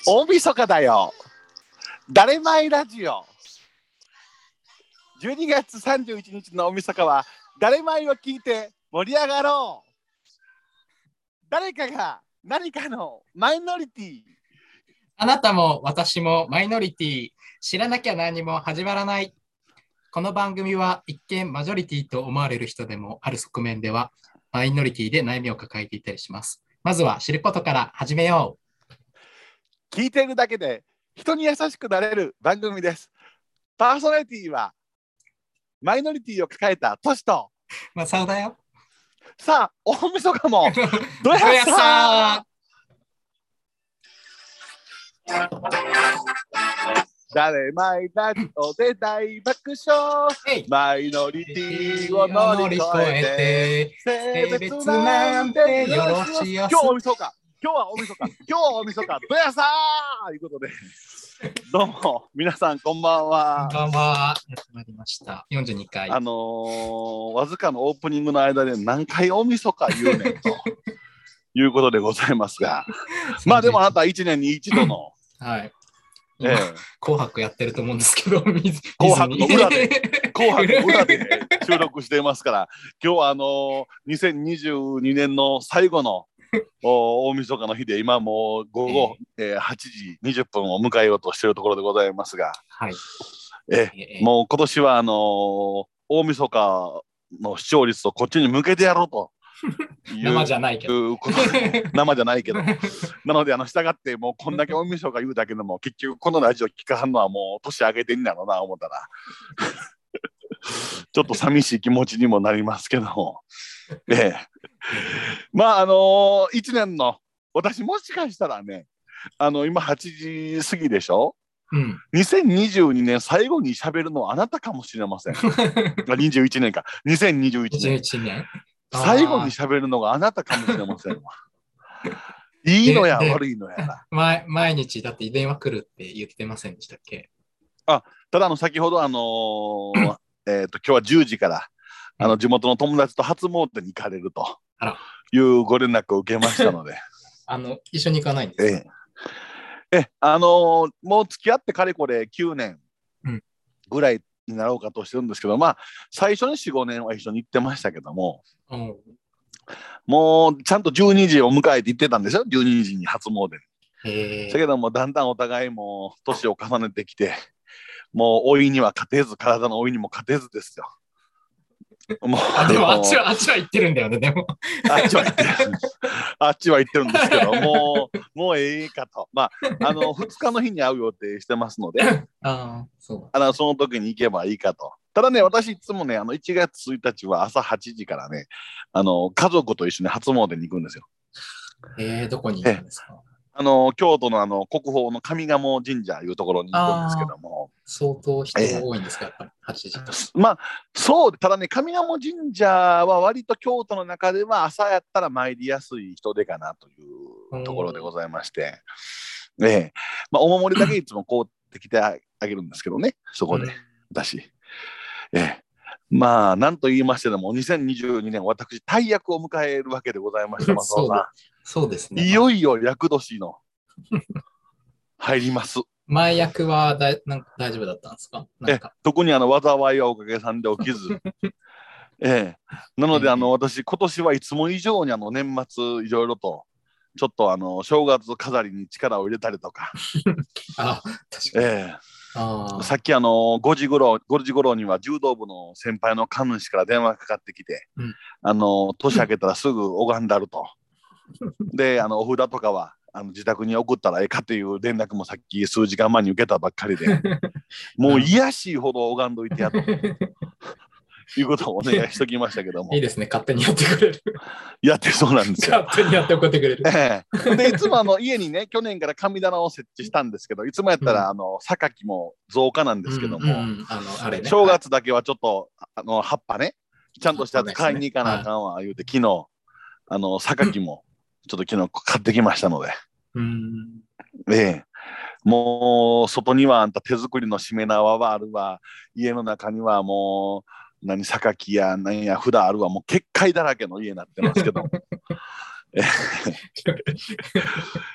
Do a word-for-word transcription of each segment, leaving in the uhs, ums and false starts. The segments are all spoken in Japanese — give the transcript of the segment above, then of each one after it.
大晦日だよ。誰前ラジオ。じゅうにがつさんじゅういちにちの大晦日は誰前を聞いて盛り上がろう。誰かが何かのマイノリティ。 あなたも私もマイノリティ。知らなきゃ何も始まらない。この番組は一見マジョリティと思われる人でもある側面ではマイノリティで悩みを抱えていたりします。まずは知ることから始めよう。 聞いているだけで人に優しくなれる番組です。パーソナリティはマイノリティを抱えたトシとまあ、そうだよ。 さあ、大晦日もどどややささ誰マイラジオで大爆笑。 えいマイノリティを乗り越えて性別なんてよろしいよ。今日大晦日。今日は大晦日。今日は大晦日。どやさーということで、どうも皆さんこんばんは。 こんばんは。やってまいりました。よんじゅうにかい。 あのー、わずかのオープニングの間で何回大晦日言うねんということでございますが、まあでもあなたいちねんに一度の、 はい。 ええ、 紅白やってると思うんですけど、紅白の裏で、紅白の裏で収録していますから、今日はあのー、にせんにじゅうにねんの最後の大晦日の日で、今もう午後、えーえー、はちじにじゅっぷんを迎えようとしているところでございますが、 はい、 えー、もう今年はあのー、大晦日の視聴率をこっちに向けてやろうと。 生じゃないけど生じゃないけどなのであの従ってもうこんだけ大晦日言うだけでも結局このラジオ聞かはんのはもう年上げてんだろうな思ったらちょっと寂しい気持ちにもなりますけども、ええ、まああのー、いちねんの私もしかしたらね、あの今はちじ過ぎでしょ、うん、にせんにじゅうにねん最後に喋るのはあなたかもしれませんにじゅういちねんかにせんにじゅういちねん最後に喋るのがあなたかもしれませんわいいのや悪いのやな。 毎, 毎日だって電話来るって言ってませんでしたっけ？ あ、ただあの先ほどあのーえーと今日はじゅうじからあの地元の友達と初詣に行かれるというご連絡を受けましたのであの一緒に行かないんですか？ えええあのー、もう付き合ってかれこれきゅうねんぐらいになろうかとしてるんですけど、まあ最初に よん,ご 年は一緒に行ってましたけども、うん、もうちゃんとじゅうにじを迎えて行ってたんですよ。じゅうにじに初詣に。だけどもだんだんお互いも年を重ねてきて、もう老いには勝てず、体の老いにも勝てずですよ。 もうあでもあっちはあっちは行ってるんだよね。でもあっちは行ってるあっちは行ってるんですけど、もうもうええかと、まああのふつかの日に会う予定してますのであそうあのその時に行けばいいかと。ただね、私いつもね、あのいちがつついたちは朝はちじからね、あの家族と一緒に初詣に行くんですよ。 えー、どこに行くんですか？ あの京都のあの国宝の上賀茂神社いうところに行くんですけども、 相当人多いんですか、えー、やっぱりはちじ。 まあそう、ただね、上賀茂神社は割と京都の中では朝やったら参りやすい人出かなというところでございまして、えーまあ、お守りだけいつもこうってきてあげるんですけどね、そこで私、えー、まあなんと言いましてでもにせんにじゅうにねん私大役を迎えるわけでございまして、 そうだそうですね。 いよいよ厄年の入ります。 前役はだいなんか大丈夫だったんですか？ え特にあの災いはおかげさんで起きず、ええ、なのであの、えー、私今年はいつも以上にあの年末いろいろとちょっとあの正月飾りに力を入れたりとかあ確かに、えー、あさっきあのごじ頃ごじ頃には柔道部の先輩の神主から電話がかかってきて、うん、あの年明けたらすぐ拝んだるとであのお札とかはあの自宅に送ったらええかという連絡もさっき数時間前に受けたばっかりでもう癒やしいほど拝んどいてやということをお願いしときましたけどもいいですね、勝手にやってくれるやってそうなんですよ。 勝手にやって送ってくれる、 ええ、でいつもあの家にね去年から神棚を設置したんですけど、いつもやったら、うん、あの榊も増加なんですけども、うんうん、あのあれね、正月だけはちょっと、はい、あの葉っぱねちゃんとしたやつ買いに行かなあかんわ言うて、昨日あの榊もちょっと昨日買ってきましたので、うん、ええ、もう外にはあんた手作りのしめ縄はあるわ、家の中にはもう何榊や何や札あるわ、もう結界だらけの家になってますけど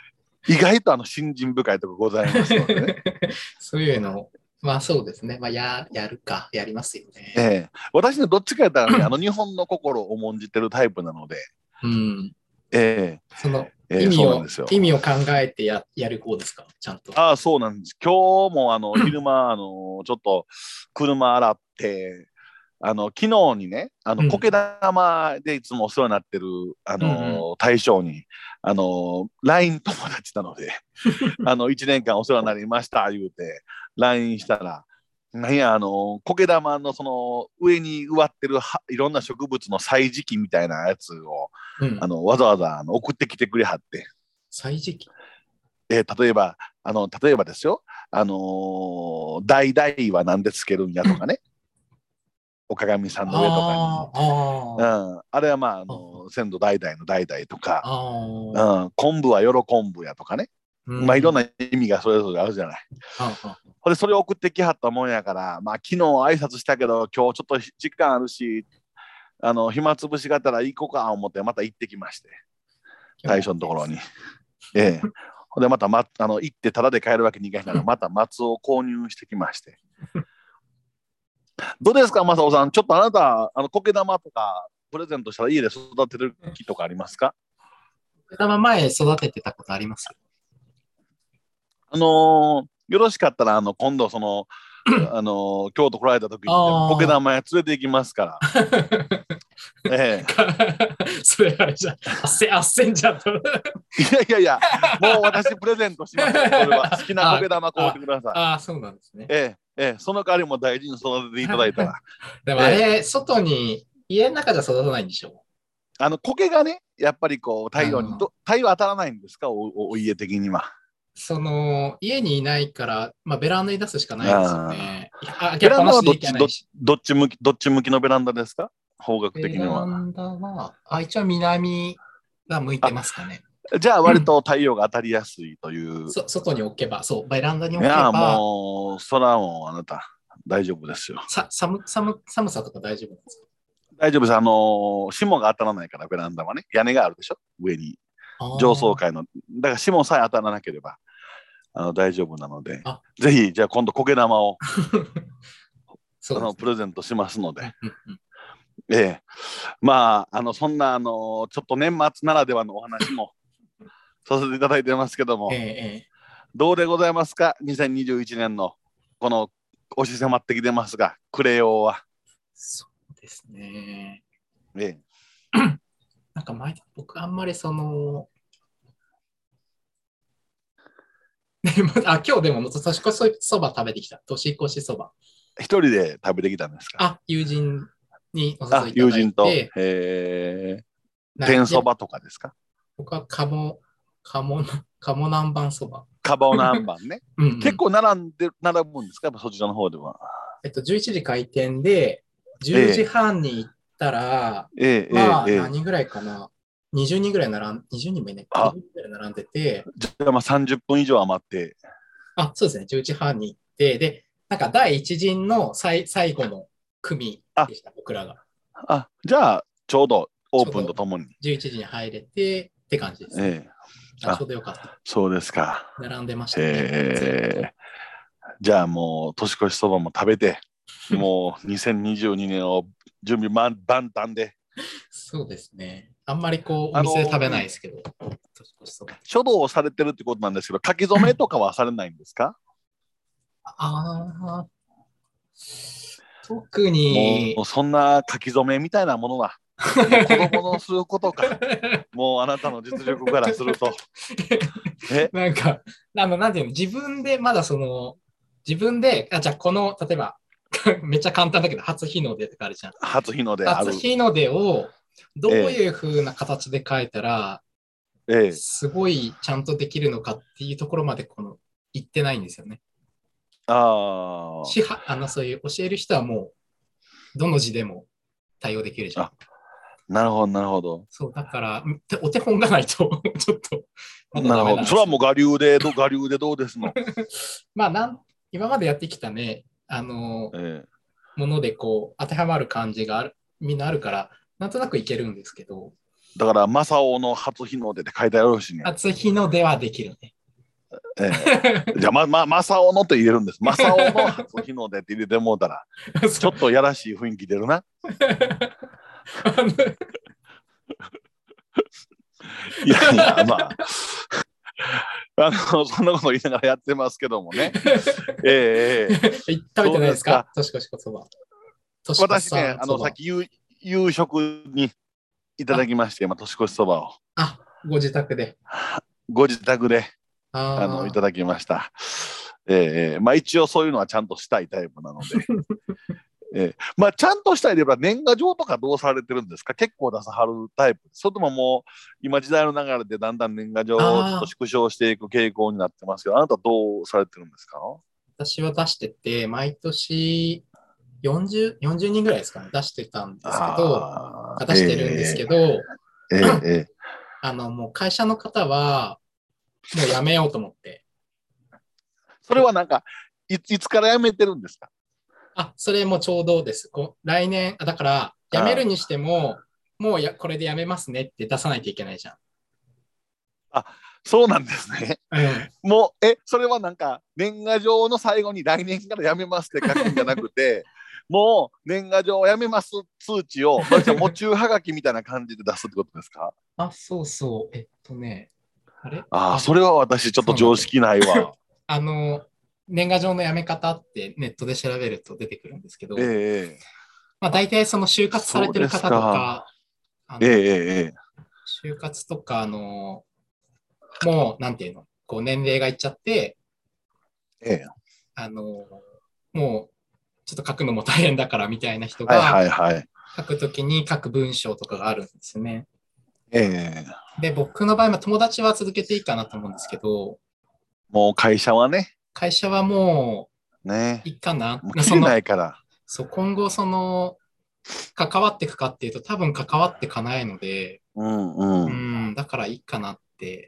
意外とあの信心深いとこございますのでね。 そういうのを、まあそうですね。まあや、やるか、やりますよね。 ええ、私ね、どっちかやったらね、あの日本の心を重んじてるタイプなので、 うん。 えそのえええ、 意味を、 そうなんですよ。 意味を考えてや、やる方ですか、ちゃんと。 ああ、そうなんです。今日もあの昼間、あのちょっと車洗って、あの昨日にね、あのうん。 苔玉でいつもお世話になってるあうんうん。 の大将に、あの ライン 友達なので、あのいちねんかんお世話になりました言うて ライン したら、なんやあの苔玉のその上に植わってるはいろんな植物の歳時記みたいなやつをうん。 あのわざわざあの送ってきてくれはって、 歳時期。 えー例えばあの例えばですよ、あのー、代々は何でつけるんやとかね、お鏡さんの上とかに、 ああ、あうん、あれはまあ、ああ、 の先祖代々の代々とか、 ああ、 うん、昆布は喜ぶやとかね、 うまあいろんなん。 意味がそれぞれあるじゃない。 ああ、 ほんでそれを送ってきはったもんやから、まあ昨日挨拶したけど今日ちょっと時間あるし、あの暇つぶしがたら行こうか思ってまた行ってきまして、 今日大将のところに。ええ。ほんでまた、ま、あの行ってタダで買えるわけにいかへんから、また松を購入してきまして。どうですか、正雄さん。ちょっとあなた、あの苔玉とかプレゼントしたら家で育てる木とかありますか？ 玉前育ててたことあります？ あのーよろしかったら、あの、今度、その、あのー京都来られた時にでも、苔ああ。 玉屋連れて行きますから。えそれあれじゃん。あっせん、あっせんじゃんと。 え。いやいやいや、もう私プレゼントしますよ。それは。好きなあ苔玉買うあ、 てくださああ、そうなんですね。 い。ええ、ええ、その代わりも大事に育てていただいたら。 でもええ。 あれ、外に、家の中じゃ育たないんでしょ？ あの、苔がね、やっぱりこう、 う太陽にん。 ど、太陽当たらないんですか、お、お、お家的には。 その、家にいないから、まあ、ベランダに出すしかないですよああ。 ね。いや開けベランダっぱなしではどっち、ど、 いけないし。 どっち向き、どっち向きのベランダですか？方角ベ的には。 ランダは、あ、一応南が向いてあ、 ますかね。 じゃあ割と太陽が当たりやすいという。 そ、外に置けば、そう、ベランダに置けいや、 ば、 もう、そらもうあなた、大丈夫ですよ。 さ、寒、寒、寒さとか大丈夫なんですか？ 大丈夫です。あの、霜が当たらないから、ベランダはね。屋根があるでしょ、上に。上層あ階の。だから霜さえ当たらなければ、あの、大丈夫なので。 あ。 ぜひ、じゃあ今度、苔玉を、あの、 そうですね。 プレゼントしますので。 うんうんうん。 ええ。まあ、あの、そんな、あの、ちょっと年末ならではのお話もさせていただいてますけども、 ええ、ええ。 どうでございますか？ にせんにじゅういち 年の、この、押し迫ってきてますが、クレヨは。 そうですね。 ええ。 なんか前、僕あんまりその、あ、今日でも年越しそば食べてきた。年越しそば。 一人で食べてきたんですか？ あ、友人におあ、 誘いいただい友人と、 て、 えー、 なで、 天そばとかですか？ 僕は鴨、鴨、鴨南蛮そば。 カバオ南蛮ね。 うんう結ん。 構並んで、並ぶんですか？やっぱそちらの方では。 えっと、じゅういちじ開店で、10時ええ、 半に行ったら、 ええ、ええ、 まあ、 ええ。 何人ぐらいかな。にじゅうにんぐらい並ん、にじゅうにんもいないか。 あ、 にじゅうにんぐらい並んでて、 じゃあまあさんじゅっぷん以上余って。 あ、そうですね。じゅうじはんに行って、で、なんか第一陣の最最後の組あ、 でした、僕らが。 あ、じゃあ、ちょうどオープンとちょうどともに。 じゅういちじに入れてって感じですね。 ええ。 あ、ちょあ、 うどよかった。 そうですか。 並んでましたね。ずっと。 ええ。じゃあもう、年越しそばも食べて、もうにせんにじゅうにねんを準備万端で。 そうですね。あんまりこう、おあの、 店で食べうん、 ないですけど、年越しそば。 書道をされてるってことなんですけど、書き初めとかはされないんですか？ ああ、特に、 もうそんな書き初めみたいなものは、もう子供のすることか。もうあなたの実力からすると。えなんか、あの、なんていうの、自分でまだその、自分で、あ、じゃあこの、例えば、めっちゃ簡単だけど、初日の出とかあるじゃん。 初日の出ある。 初日の出をどうえいう風な形で書いたら、 え、ええ。 すごいちゃんとできるのかっていうところまでこの言ってないんですよね。 あしはあのそういう教える人はもうどの字でも対応できるじゃん。 あ。あ、なるほど、なるほど。 そうだからお手本がないとちょっとまだダメなるほど。 なんですよ。 それはもう我流で、ど我流でどうですの。 まあなん今までやってきたねあのええ。 ものでこう当てはまる感じがあるみんなあるからなんとなくいけるんですけど、 だから、正雄の初日の出で書いてあるしね。 初日の出はできるね。 えー、じゃあままマサオのと入れるんです。マサオの初日の出って入れてもうたらちょっとやらしい雰囲気出るな。いやいやまああのそんなこと言いながらやってますけどもね。えー、えー、 食べてないですか？年越しそば。 私ね、あのさっき夕、夕食にいただきまして、まあ、年越しそばを。 あ、ご自宅で。 ご自宅でああのいただきました。えー、まあ一応そういうのはちゃんとしたいタイプなので。えー、まあちゃんとしたいで言えば年賀状とかどうされてるんですか？結構出さはるタイプ。それとももう今時代の流れでだんだん年賀状をちょっと縮小していく傾向になってますけど、あなたどうされてるんですか？ 私は出してて、毎年よんじゅう、よんじゅうにんぐらいですかね、出してたんですけど、出してるんですけど、 えーえーえー、 あの、もう会社の方は、もうやめようと思って。 それはなんか、い, いつからやめてるんですか？ あ、それもちょうどです。こ来年、だから、やめるにしても、もうやこれでやめますねって出さないといけないじゃん。 あ、そうなんですね。うん、もう、え、それはなんか、年賀状の最後に来年からやめますって書くんじゃなくて、もう年賀状をやめます通知を、もちゅうはがきみたいな感じで出すってことですか？ あ、そうそう。えっとね、あれああ、それは私ちょっと常識ないわ。 あの、年賀状のやめ方ってネットで調べると出てくるんですけど、 ええ、 まあ大体その就活されてる方とか、 あのええ、 就活とか、あの、もう、なんていうの、こう年齢がいっちゃって、 ええ、 あの、もう、ちょっと書くのも大変だからみたいな人はいが、 はいはい、 書くときに書く文章とかがあるんですよね。 ええ、 で、僕の場合は友達は続けていいかなと思うんですけど、 もう会社はね、 会社はもう、 ね、 いいかな。 もう切れないから。 そう、今後、その、関わっていくかっていうと、多分関わっていかないので、 うんうん。 うん、だからいいかなって。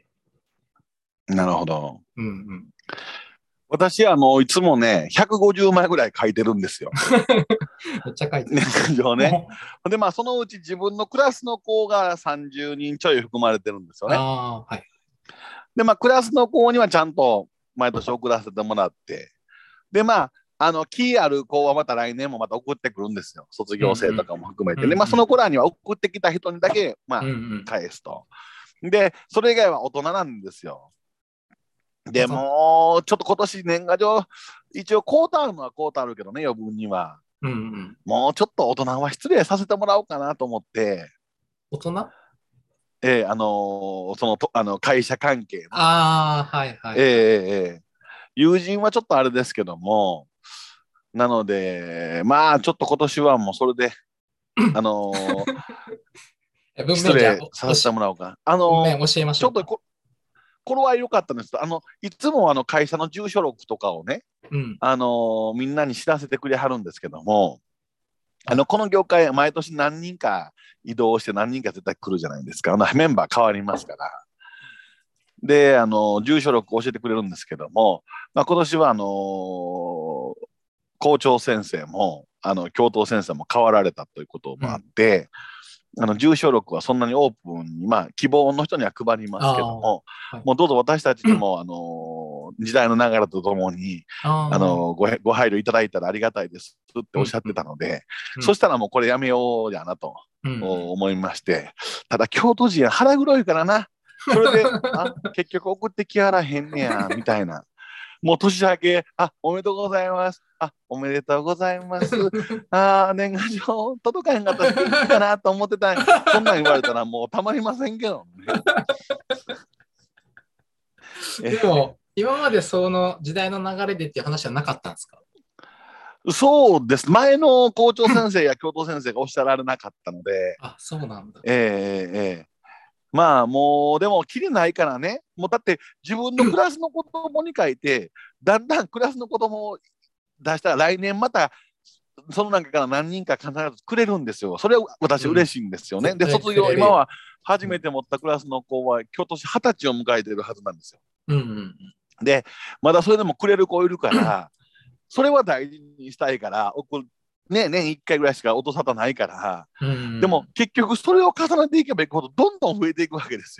なるほど。 うんうん。 私、あの、いつもね、ひゃくごじゅうまいぐらい書いてるんですよ。 めっちゃ書いてる。 年賀状ね。で、まあ、そのうち自分のクラスの子がさんじゅうにんちょい含まれてるんですよね。 あはい。 で、まあ、クラスの子にはちゃんと毎年送らせてもらって、で、まあ、あの、気ある子はまた来年もまた送ってくるんですよ。卒業生とかも含めてね。うんうん、まあ、その子らには送ってきた人にだけ、まあ、うんうん、返すと。で、それ以外は大人なんですよ。でも、ちょっと今年年賀状、一応コータあるのはコータあるけどね、余分には。うんうん、もうちょっと大人は失礼させてもらおうかなと思って。 大人ええー、あのー、そのとあの会社関係の。 ああ、はいはい。 えー、えー、友人はちょっとあれですけども、なので、まあ、ちょっと今年はもうそれで、あのー、失礼させてもらおうか。あのー、教えましょう。ちょっとここれは良かったんです。あのいつもあの会社の住所録とかをね、うん、あのー、みんなに知らせてくれはるんですけども、あのこの業界毎年何人か移動して何人か絶対来るじゃないですか。あのメンバー変わりますから。で、あの住所録教えてくれるんですけども、まあ、今年はあのー、校長先生もあの教頭先生も変わられたということもあって、うんあの住所録はそんなにオープンに、まあ、希望の人には配りますけども、はい、もうどうぞ私たちにも、あの時代の流れとともに、あのごご配慮いただいたらありがたいですっておっしゃってたので、うん、そしたらもうこれやめようやなと思いまして、ただ京都人腹黒いからな、それであ結局送ってきやらへんねやみたいな。もう年明け、あ、おめでとうございます。あ、おめでとうございます。あ、年賀状届かへんかったらいいかなと思ってた。そんなん言われたらもうたまりませんけどね。でも、今までその時代の流れでっていう話はなかったんですか？ そうです。前の校長先生や教頭先生がおっしゃられなかったので。 あ、そうなんだ。 えー、えーまあもうでもきりないからね、もうだって自分のクラスの子供に書いて、だんだんクラスの子供を出したら来年またその中から何人か必ずくれるんですよ。それは私嬉しいんですよね。うん、で卒業今は初めて持ったクラスの子は今年二十歳を迎えてるはずなんですよ。うんうん、でまだそれでもくれる子いるからそれは大事にしたいから送る。ね、年いっかいぐらいしか音沙汰ないから、うん、でも結局それを重ねていけばいくほどどんどん増えていくわけですよ。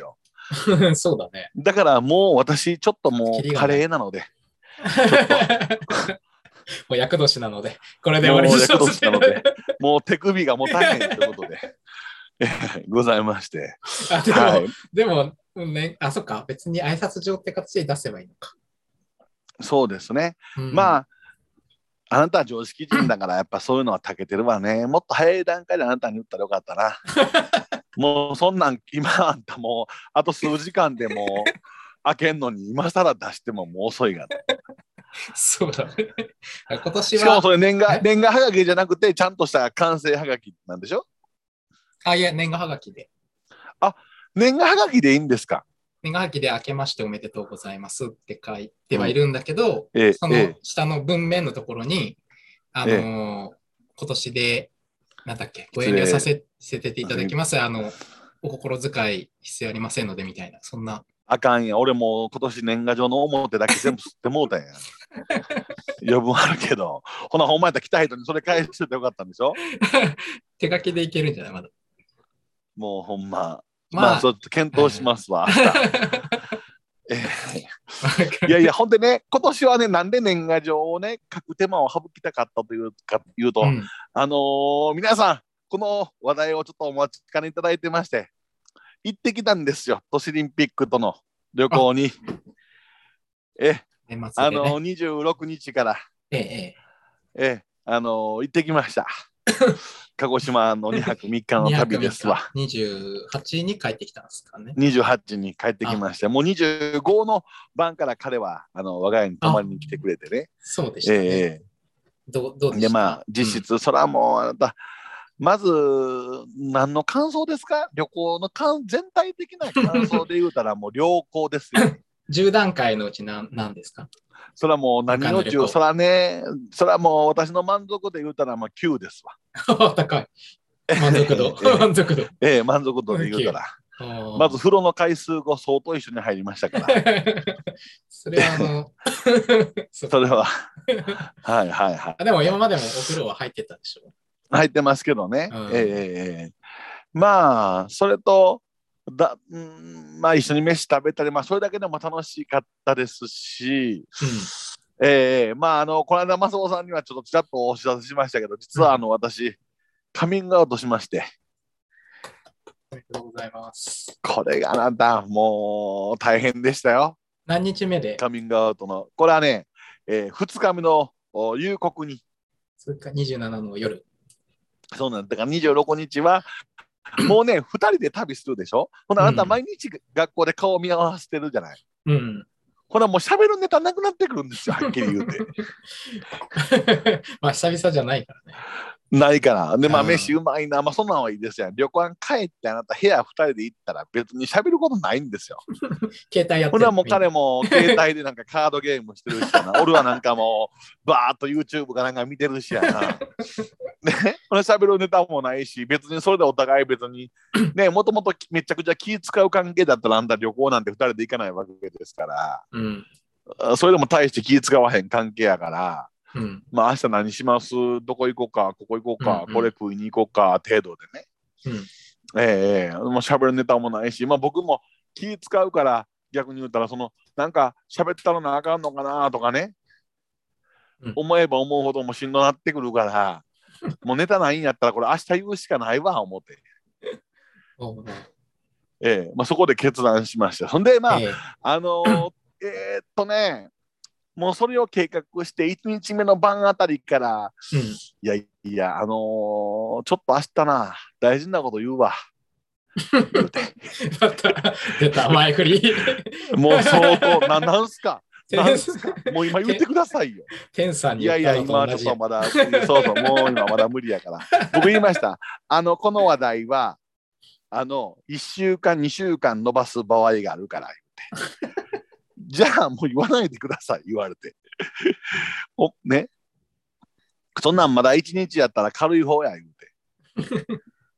そうだね。 だからもう私、ちょっともうカキリがないレーなので、ちょっと。 もう厄年なので、これでもう終わりにし厄ます年なので、もう手首がもたへんということで、えーございまして。 あでも、 はい、 でも、ね、あ、そっか、別に挨拶状って形で出せばいいのか。 そうですね。 うん、 まあ、あなたは常識人だから、やっぱそういうのは長けてるわね。もっと早い段階であなたに言ったらよかったな。もうそんなん、今あんたもう、あと数時間でもう開けんのに、今更出してももう遅いが、ね。 そうだね。今年は。 しかもそれ年賀、年賀はがきじゃなくて、ちゃんとした完成はがきなんでしょ？ あ、いや、年賀はがきで。 あ、年賀はがきでいいんですか？ 年賀はがきで明けましておめでとうございますって書いてはいるんだけど、 うん、ええ、 その下の文面のところに、あのーええ、今年で、なんだっけ、ご遠慮させていただきます。あの、お心遣い必要ありませんのでみたいな、そんな。 あかんや、俺も今年年賀状の表だけ全部吸ってもうたんや。余分あるけど、ほな、ほんまやったら来た人にそれ返しててよかったんでしょ？ 手書きでいけるんじゃないまだ。 もうほんま。まあ、 まあ、 ちょっと検討しますわ、明日。えー、いやいや、ほんでね、今年はね、なんで年賀状をね、書く手間を省きたかったというかいうと、うん、あのー、皆さん、この話題をちょっとお待ちかねいただいてまして、行ってきたんですよ、都市オリンピックとの旅行に。え、ね、あのー、にじゅうろくにちから、 ええ、 え、あのー、行ってきました。鹿児島のにはくみっかの旅ですわ。 にじゅうはちに帰ってきたんですかね。 にじゅうはちに帰ってきました。もうにじゅうごの晩から彼はあの我が家に泊まりに来てくれてね。 そうでしたね。えー、ど, どうでした？ で、まあ、実質、うん、それはもうあなた、まず、何の感想ですか？旅行の全体的な感想で言うたら、もう良好ですよ。 じゅう段階のうち何, 何ですか？ それはもう何のじゅう、それはね、それはもう私の満足で言うたらまあきゅうですわ。 高い。満足度。満足度。 ええ、満足度で言うたら。まず風呂の回数後、相当一緒に入りましたから。 それはあの、 それは、はいはいはい。 でも今までもお風呂は入ってたでしょ？ 入ってますけどね。うん、ええまあ、それと、だんまあ、一緒に飯食べたり、まあ、それだけでも楽しかったですし、うん、えー、まあ、あの、この間、マスオさんにはちょっとちらっとお知らせしましたけど、実はあの、うん、私、カミングアウトしまして。 ありがとうございます。 これがなんだ、もう大変でしたよ。 何日目で？ カミングアウトの。これはね、えー、ふつかめの夕刻に。 にじゅうしちの夜。 そうなんだからにじゅうろくにちは、もうね、ふたりで旅するでしょ。ほな、あなた毎日学校で顔見合わせてるじゃない。 うん。 ほな、もう喋るネタなくなってくるんですよ、はっきり言うて。 まあ、久々じゃないからね。 ないから。で、まあ、飯うまいな。まあ、そんなんはいいですよ。旅館帰ってあなた部屋ふたりで行ったら別に喋ることないんですよ。 携帯やってる。 ほな、もう彼も携帯でなんかカードゲームしてるしやな。俺はなんかもう、バーっと YouTube かなんか見てるしやな。ね、ほな、喋るネタもないし、別にそれでお互い別に、ね、もともとめちゃくちゃ気使う関係だったらあんた旅行なんてふたりで行かないわけですから、うん、それでも大して気使わへん関係やから、うん、まあ明日何します？どこ行こうか、ここ行こうか、うんうん、これ食いに行こうか程度でね。うん、ええー、もう喋るネタもないし、まあ僕も気使うから逆に言ったらそのなんか喋ったらなあかんのかなとかね、うん、思えば思うほどもしんどなってくるから、もうネタないんやったらこれ明日言うしかないわ思って。ええー、まあそこで決断しました。そんでまあ、えー、あのー、えー、っとね。もうそれを計画していちにちめの晩あたりから、うん、いやいや、あのー、ちょっと明日な、大事なこと言うわ。言うて。 また、出た、前振り。 もう相当、な、なんすかなんすかもう今言ってくださいよ。 天さんにいやいや、今ちょっとまだ、そうそう、もう今まだ無理やから。僕言いました。あの、この話題は、あの、いっしゅうかん、にしゅうかん伸ばす場合があるから言って。じゃあもう言わないでください言われておねそんなんまだいちにちやったら軽い方や言うて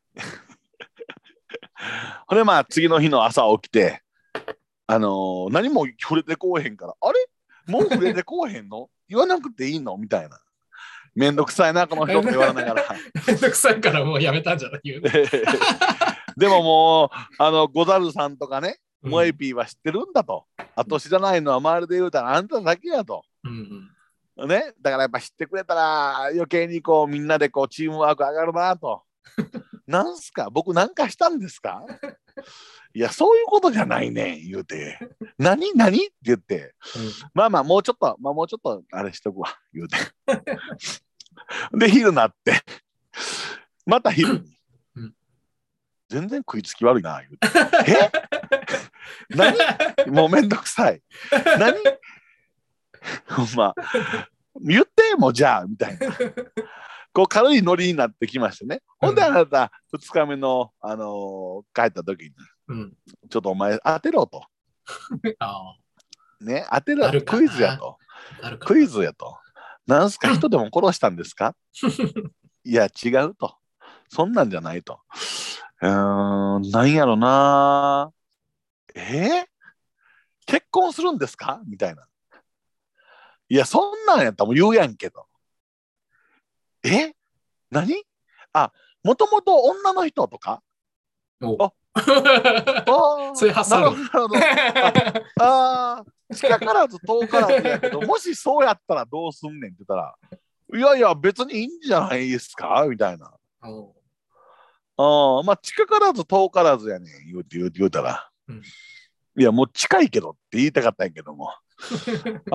ほれまあ次の日の朝起きてあのー、何も触れてこうへんからあれもう触れてこうへんの言わなくていいのみたいなめんどくさいなこの人って言われながらめんどくさいからもうやめたんじゃない言うでももうあのござるさんとかねうんモエピーは知ってるんだと。あと知らないのは周りで言うたらあんただけやと。 うんね、だからやっぱ知ってくれたら余計にこうみんなでこうチームワーク上がるなと。なんすか僕なんかしたんですか。いやそういうことじゃないね言うて何何って言ってうんまあまあもうちょっとまあもうちょっとあれしとくわ言うてで昼なってまた昼に、 うん、 全然食いつき悪いな言うてえ何もうめんどくさい何ほんま言ってもうじゃあみたいなこう軽いノリになってきましてね、ほんであなたふつかめの、あのー帰った時に、 うん、 ちょっとお前当てろとあね当てろクイズやとククイズやとなんすか人でも殺したんですかいや違うとそんなんじゃないとうーんなんやろなえー、結婚するんですかみたいないやそんなんやったらもう言うやんけどえ何あもともと女の人とかおあそういう発想なるほどなるほどああ近からず遠からずやけどもしそうやったらどうすんねんって言ったらいやいや別にいいんじゃないですかみたいなあまあ近からず遠からずやねん言うて言うて言うたら、うん、いやもう近いけどって言いたかったんやけどもあ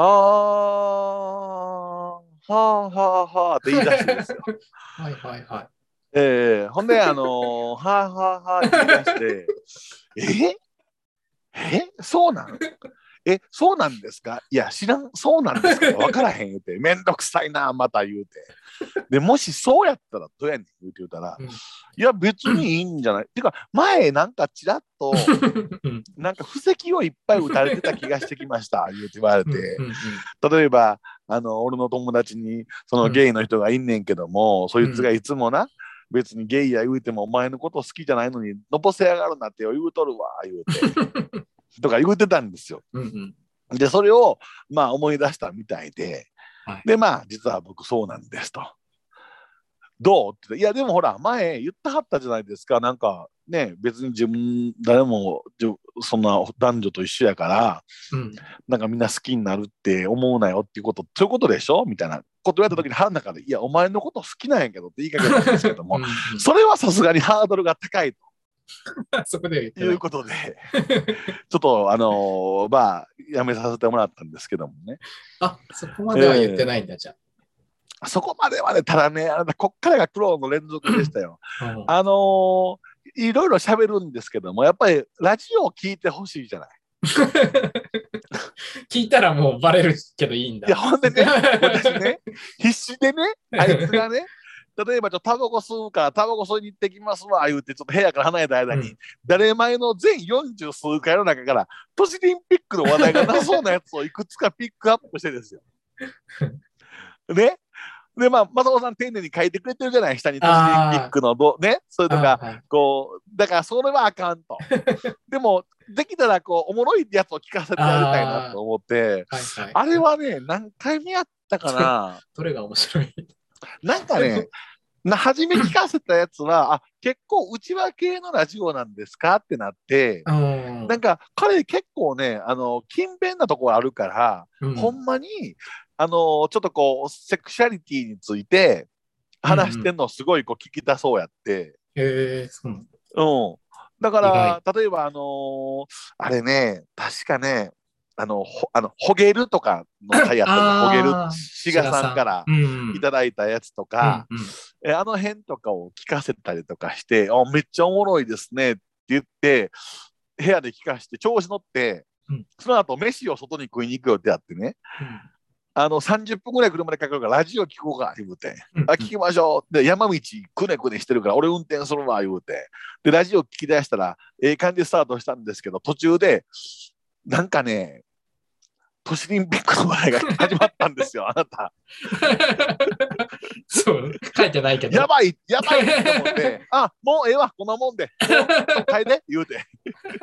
あはあはあはあって言い出してですよはいはいはいえー、ほんであのー、はあはあはあって言い出してええそうなんえそうなんですかいや知らんそうなんですか分からへん言うてめんどくさいなまた言うてでもしそうやったらどうやねん言うて言うたら、うん、いや別にいいんじゃないっていうか前なんかちらっとなんか布石をいっぱい打たれてた気がしてきました言うて言われて例えばあの俺の友達にそのゲイの人がいんねんけども、うん、そいつがいつもな別にゲイや言うてもお前のこと好きじゃないのにのぼせやがるなって言うとるわ言うてとか言うてたんですよ。うんうん、でそれをまあ思い出したみたいで、はい、でまあ実は僕そうなんですと。どうっていやでもほら前言ったはったじゃないですかなんかね別に自分誰もそんな男女と一緒やから、うん、なんかみんな好きになるって思うなよっていうことそういうことでしょみたいなこと言われた時に腹の中でいやお前のこと好きなんやけどって言いかけたんですけどもうん、それはさすがにハードルが高いと。 そこでいうことでちょっとあのー、まあやめさせてもらったんですけどもね。 あそこまでは言ってないんだ、えー、じゃあそこまではねただねあこっからが苦労の連続でしたよ。あのー、いろいろ喋るんですけどもやっぱりラジオを聞いてほしいじゃない。 聞いたらもうバレるけどいいんだ。 いやほんでね私ね必死でねあいつがね例えばちょっとタバコ吸うからタバコ吸いに行ってきますわ言うてちょっと部屋から離れた間に、うん、誰前の全よんじゅう数回の中から都市オリンピックの話題がなそうなやつをいくつかピックアップしてですよ。ねでまあ松尾さん丁寧に書いてくれてるじゃない下に都市オリンピックのどねそれとか、はい、こうだからそれはあかんと。でもできたらこうおもろいやつを聞かせてやりたいなと思って あ,、はいはい、あれはね何回目やったかなどれが面白いなんかねな初め聞かせたやつはあ結構内輪系のラジオなんですかってなってなんか彼結構ねあの勤勉なところあるから、うん、ほんまにあのちょっとこうセクシャリティについて話してんのすごいこう聞きたそうやって、 うんうん、へえそうなんだ、 うん、だから例えばあのー、あれね確かねあのほあのほげるとかの回やったんでほげる志賀さんからいただいたやつとか、うんうん、えあの辺とかを聞かせたりとかしてあめっちゃおもろいですねって言って部屋で聞かして調子乗って、うん、その後飯を外に食いに行くよってやってね、うん、あのさんじゅっぷんぐらい車でかかるからラジオ聞こうか言うて、うんうん、あ聞きましょうで山道くねくねしてるから俺運転するわ言うてでラジオ聞き出したらええ感じでスタートしたんですけど途中でなんかね都市オリンピックの話題が始まったんですよあなたそう書いてないけどやばいやばいと思ってあもうええわこんなもんでもう帰で言うて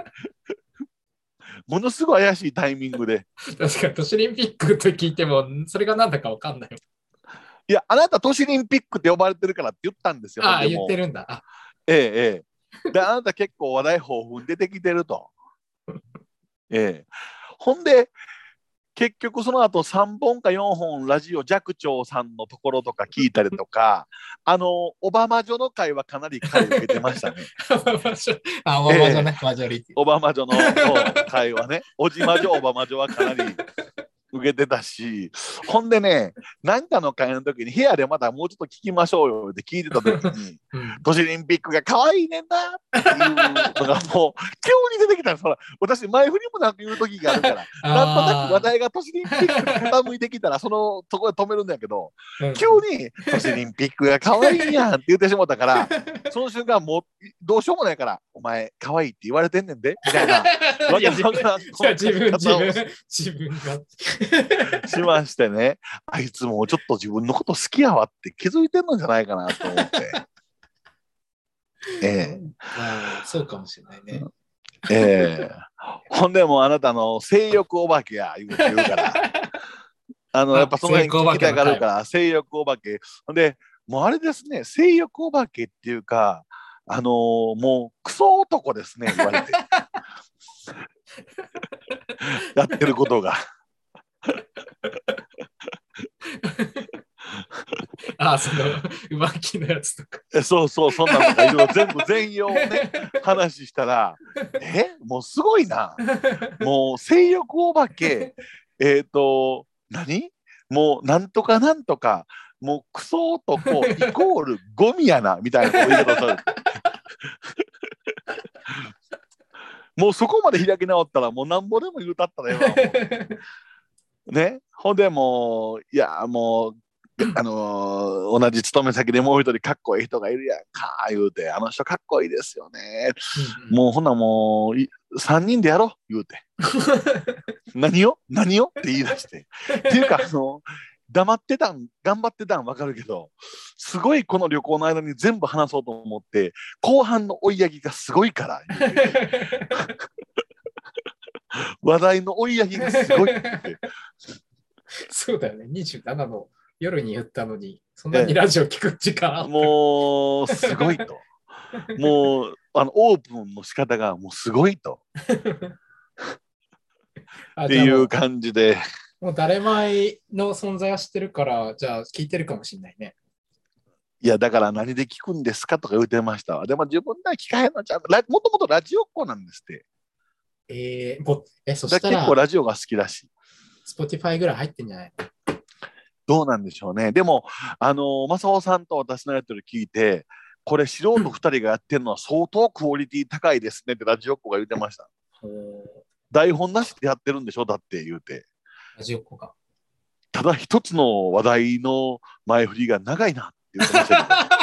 ものすごい怪しいタイミングで確かに都市オリンピックと聞いてもそれが何だか分かんないよいやあなた都市オリンピックって呼ばれてるからって言ったんですよああ言ってるんだええええであなた結構話題豊富に出てきてるとええ、ほんで結局その後さんぼんかよんほんラジオ寂聴さんのところとか聞いたりとか、あのオバマ女の会はかなり回受けてましたね。 あ、オバマ女ね、マジョリティ。 オバマ女の会はね、おじま女オバマ女はかなり受けてたし、ほんでね、なんかの会の時に部屋でまたもうちょっと聞きましょうよって聞いてた時に、うん、都市オリンピックが可愛いねんなっていうのがもう急に出てきたんです。ほら、私前振りもなく言う時があるから、なんとなく話題が都市オリンピックに傾いてきたらそのところで止めるんだけど、急に都市オリンピックが可愛いやんって言ってしまったから、その瞬間もうどうしようもないから、お前可愛いって言われてんねんでみたいな。 いや自分自分自分自分がしましてね、あいつもちょっと自分のこと好きやわって気づいてんのじゃないかなと思って。ええ、 まあそうかもしれないね。 ええ、ほんでもあなたの性欲お化けや言うて言うから、あのやっぱその辺聞きたがるから性欲お化け。ほんでもうあれですね、性欲お化けっていうか、あのー、もうクソ男ですね言われてやってることが。 ああ、その浮気のやつとか。 そうそう、そんなのかいろいろ全部全容をね話したら、えもうすごいな、もう性欲お化け、えっ、ー、と何もうなんとかなんとか、もうクソ男イコールゴミやなみたいな言い方されてもうそこまで開き直ったらもうなんぼでも言うたったらええわね。ほんでもういやもうあのー、同じ勤め先でもう一人かっこいい人がいるやんか言うて、あの人かっこいいですよね、うんうん、もうほなもうさんにんでやろう言うて何を何をって言い出してっていうかあの黙ってたん頑張ってたん分かるけど、すごいこの旅行の間に全部話そうと思って後半の追い上げがすごいから言うて話題の追い上げがすごいってそうだよね、にじゅうななの夜に言ったのにそんなにラジオ聞く時間あった、 もうすごいともうあのオープンの仕方がもうすごいとっていう感じで、 もう誰前の存在は知ってるから、じゃあ聞いてるかもしれないね。 いやだから何で聞くんですかとか言ってましたわ。でも自分では聞かへんのちゃう、もともとラジオっ子なんですって。 えー、ぼえそしたら結構ラジオが好きだし Spotify ぐらい入ってんじゃない？ どうなんでしょうね。でもあの正雄さんと私のやってる聞いて、これ素人ふたりがやってるのは相当クオリティ高いですねってラジオっ子が言ってました。台本なしでやってるんでしょだって言うて、 ラジオっ子がただ一つの話題の前振りが長いなって言ってましたけど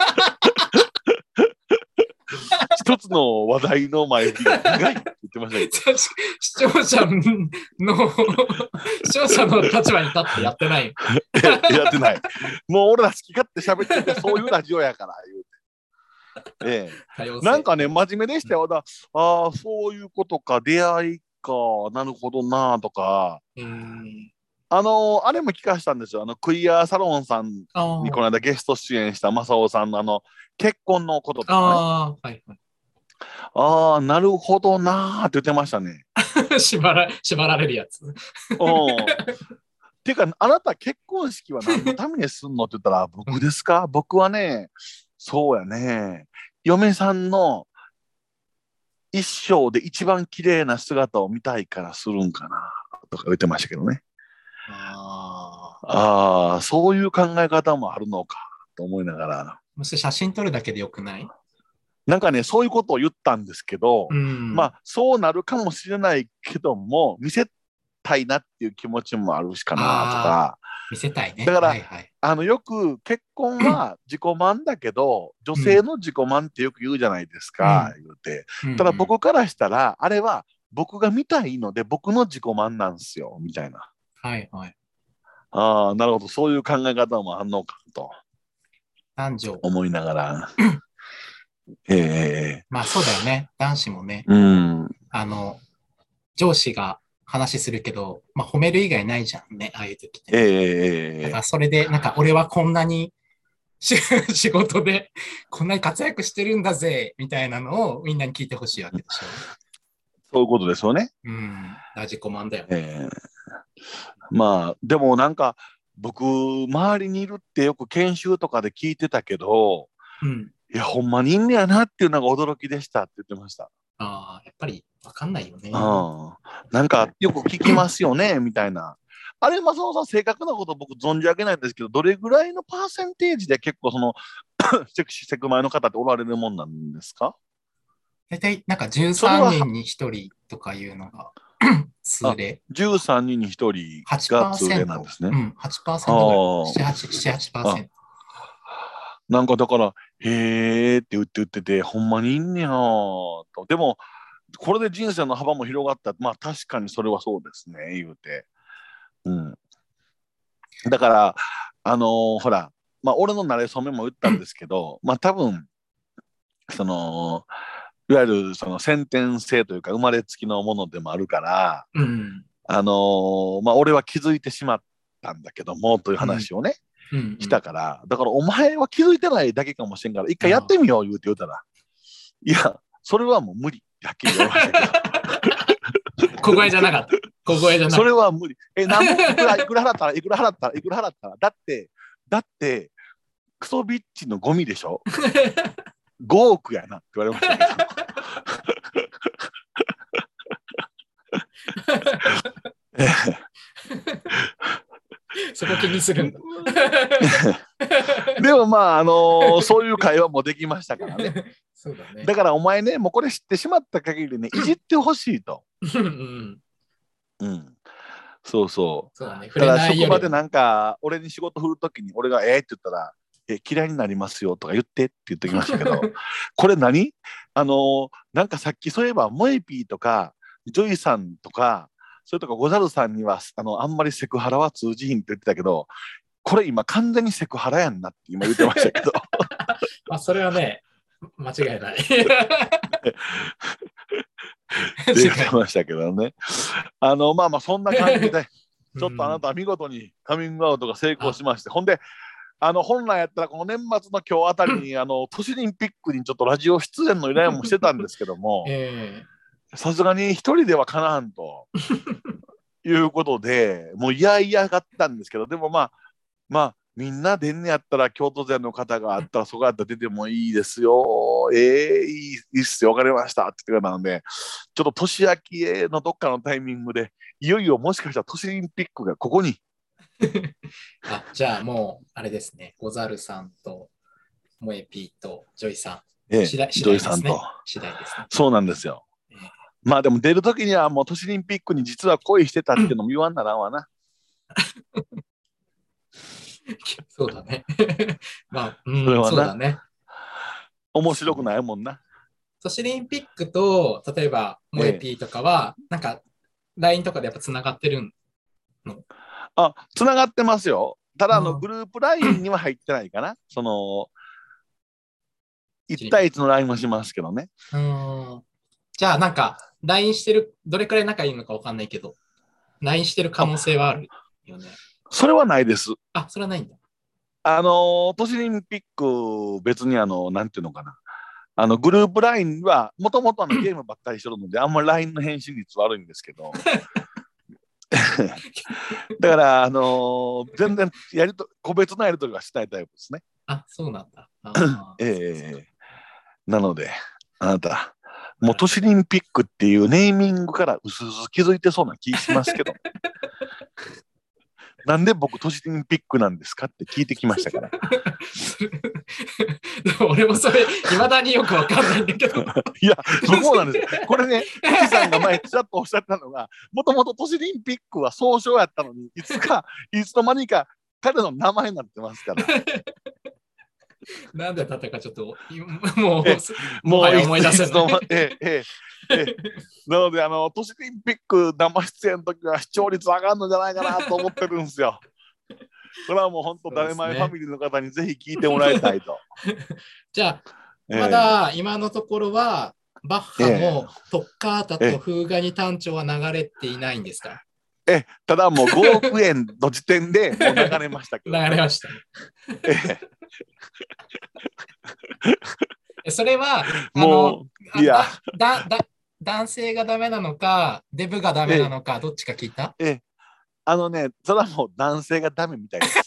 一つの話題の前振りが長いって言ってましたけど視聴者の視聴者の立場に立ってやってないやってない。もう俺ら好き勝手喋っててそういうラジオやから言うて。ええ、なんかね真面目でしたよ。だああそういうことか、出会いか、なるほどなとか、うんあのあれも聞かしたんですよ。あのクイアサロンさんにこの間ゲスト出演した正雄さんのあの結婚のこととかね。あ、はいはい、ああなるほどなって言ってましたね。 縛ら縛られるやつ。 っていうかあなた結婚式は何のためにすんのって言ったら僕ですか、僕はねそうやね、嫁さんの一生で一番綺麗な姿を見たいからするんかなとか言ってましたけどね。ああ、そういう考え方もあるのかと思いながら。 もし写真撮るだけでよくない？ なんかね、そういうことを言ったんですけど、うん、まあそうなるかもしれないけども見せたいなっていう気持ちもあるしかなとか。 見せたいね。 だから、はいはい、あのよく結婚は自己満だけど女性の自己満ってよく言うじゃないですか、うん、言うて。ただ僕からしたらあれは僕が見たいので僕の自己満なんですよみたいな。 はいはい。 ああなるほど、そういう考え方もあんのかと男女思いながら。えー、 まあそうだよね、男子もね、 うん、 あの上司が話するけど、まあ、褒める以外ないじゃんね、ああいう時って、ね。 えー、 だからそれで、なんか俺はこんなに仕事でこんなに活躍してるんだぜみたいなのをみんなに聞いてほしいわけでしょ。 そういうことですよね。 うん、ラジコマンだよね。 えー、まあでもなんか僕周りにいるってよく研修とかで聞いてたけど、 うん。 いやほんまにいんねやなっていうのが驚きでしたって言ってました。 ああ、やっぱりわかんないよね。 うん、なんかよく聞きますよねみたいな。あれ、松本さん、正確なこと僕存じ上げないんですけど、どれぐらいのパーセンテージで結構そのセクシーセクマイの方っておられるもんなんですか？ 大体なんか13 それは、 人にひとりとかいうのが通あ、 例。 じゅうさんにんにひとりが通例なんではちパーセント。 すね。 うん、はちパーセントぐらい。 はなな、はち、なな、 あ。あ、 はちパーセント。 なんかだから、へーって言って言ってて、ほんまにいんねやーと。でも、これで人生の幅も広がった。まあ確かにそれはそうですね、言うて。うん。だから、あのーほら、まあ俺の馴れ初めも言ったんですけど、まあ多分、その、いわゆるその先天性というか生まれつきのものでもあるから、 うん、 あのーまあ俺は気づいてしまったんだけどもといううん、 話をね、 うん、うしたん。 から、だからお前は気づいてないだけかもしれんから、一回やっあてみよう言うて言うたら、いや、それはもう無理ってはっきり言われましたけど、 あ。小声じゃなかった。小声じゃなそかっれは無理。え、なんぼ、いくら、いくら払ったら、いくら払ったら、いくら払ったら、だって、だって、クソビッチのゴミでしょ？ ご 億やなって言われましたけど。 そこ気にするんだ。 でもまあ、あのーそういう会話もできましたからね。 そうだね。 だからお前ね、もうこれ知ってしまった限りね、いじってほしいと。 うん、 うん。そうそそうだね。 う。 触れだからないよりはね。 職場でなんか、俺に仕事振るときに、俺がええって言ったら、え、嫌いになりますよとか言ってって言ってきましたけど、これ何あのーなんかさっきそういえば、モエピーとか、ジョイさんとか、それとかゴザルさんには、あの、あんまりセクハラは通じひんって言ってたけど、これ今完全にセクハラやんなって今言ってましたけど。 まあ、それはね、間違いない。 って言ってましたけどね。あの、まあまあ、そんな感じで、ちょっとあなたは見事にカミングアウトが成功しまして、ほんで、あの本来やったらこの年末の今日あたりにあの都市オリンピックにちょっとラジオ出演の依頼もしてたんですけども、 えさすがに一人ではかなわんということで、もういやいやがったんですけど、でもまあまあみんな出んねやったら京都勢の方があったらそこやったら出てもいいですよ、ええー、いいいいっすよ、分かりましたって言ってくれたので、ちょっと年明けのどっかのタイミングでいよいよもしかしたら都市オリンピックがここにあ、じゃあもう、あれですね。ゴザルさんと、モエピーと、ジョイさん。 ええ、 次第、次土井第ですね。 さんと。 次第ですね。 そうなんですよ。 えーまあでも出るときにはもう都市オリンピックに実は恋してたっていうのも言わんならんわな。 そうだね。まあ、うん、 それはな。 そうだね。 面白くないもんな。 都市オリンピックと、例えば、モエええ。 ピーとかは、なんか、ライン とかでやっぱつながってるの？ あ、つながってますよ。ただあのあグループラインには入ってないかな。そのいちー対いちのラインもしますけどね。 うん。じゃあ、なんか、ライン してる、どれくらい仲いいのかわかんないけど、ライン してる可あ、 能性はあるよね。 それはないです。 あ、それはないんだ。 あの都市オリンピック別にあのなんていうのかな。あのグループラインはもともとゲームばっかりしてるのであんまり ライン の返信率悪いんですけどだからあのー全然やりと個別のやり取りはしないタイプですね。 あ、そうなんだ。あーええ、なので、あなた、もう都市オリンピックっていうネーミングからうすうす気づいてそうな気しますけど、なんで僕都市オリンピックなんですかって聞いてきましたから。 でも俺もそれ、いまだによくわかんないんだけど。 いや、そうなんです。これね、富士さんが前ちらっとおっしゃったのが、もともと都市オリンピックは総称やったのに、いつか、いつの間にか彼の名前になってますから。 なんでだったかちょっと、もう、 えもはや思い出せいつのない。 ええええなので、あの、都市オリンピック生出演の時は視聴率上がるのじゃないかなと思ってるんですよ。これはもう本当、誰前ファミリーの方にぜひ聞いてもらいたいと。 じゃあ、 ええまだ今のところは、バッハえもトッカータとフーガニ単調は流れていないんですか？ ええただもうごおくえんの時点でもう流れましたけど、ね、 流れましたね。 えそれは、 え、 あの、 もう、いや、 だ、だ、だ、 男性がダメなのか、デブがダメなのか、どっちか聞いた？ ええ、あのね、それはもう男性がダメみたいです。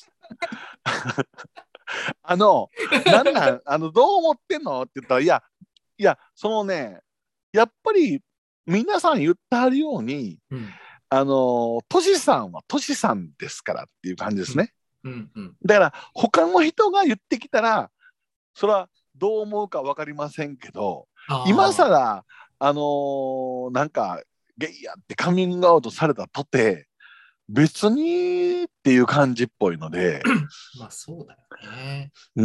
あの、なんなん、あの、どう思ってんのって言ったら、いや、いや、そのね、やっぱり皆さん言ってはるように、 うん。 あの、トシさんはトシさんですからっていう感じですね。 うんうん。 だから、他の人が言ってきたら、それはどう思うか分かりませんけど、今あ更、あのーなんか、ゲイやってカミングアウトされたとて、別にっていう感じっぽいので、 あ、まあそうだよね。 うん。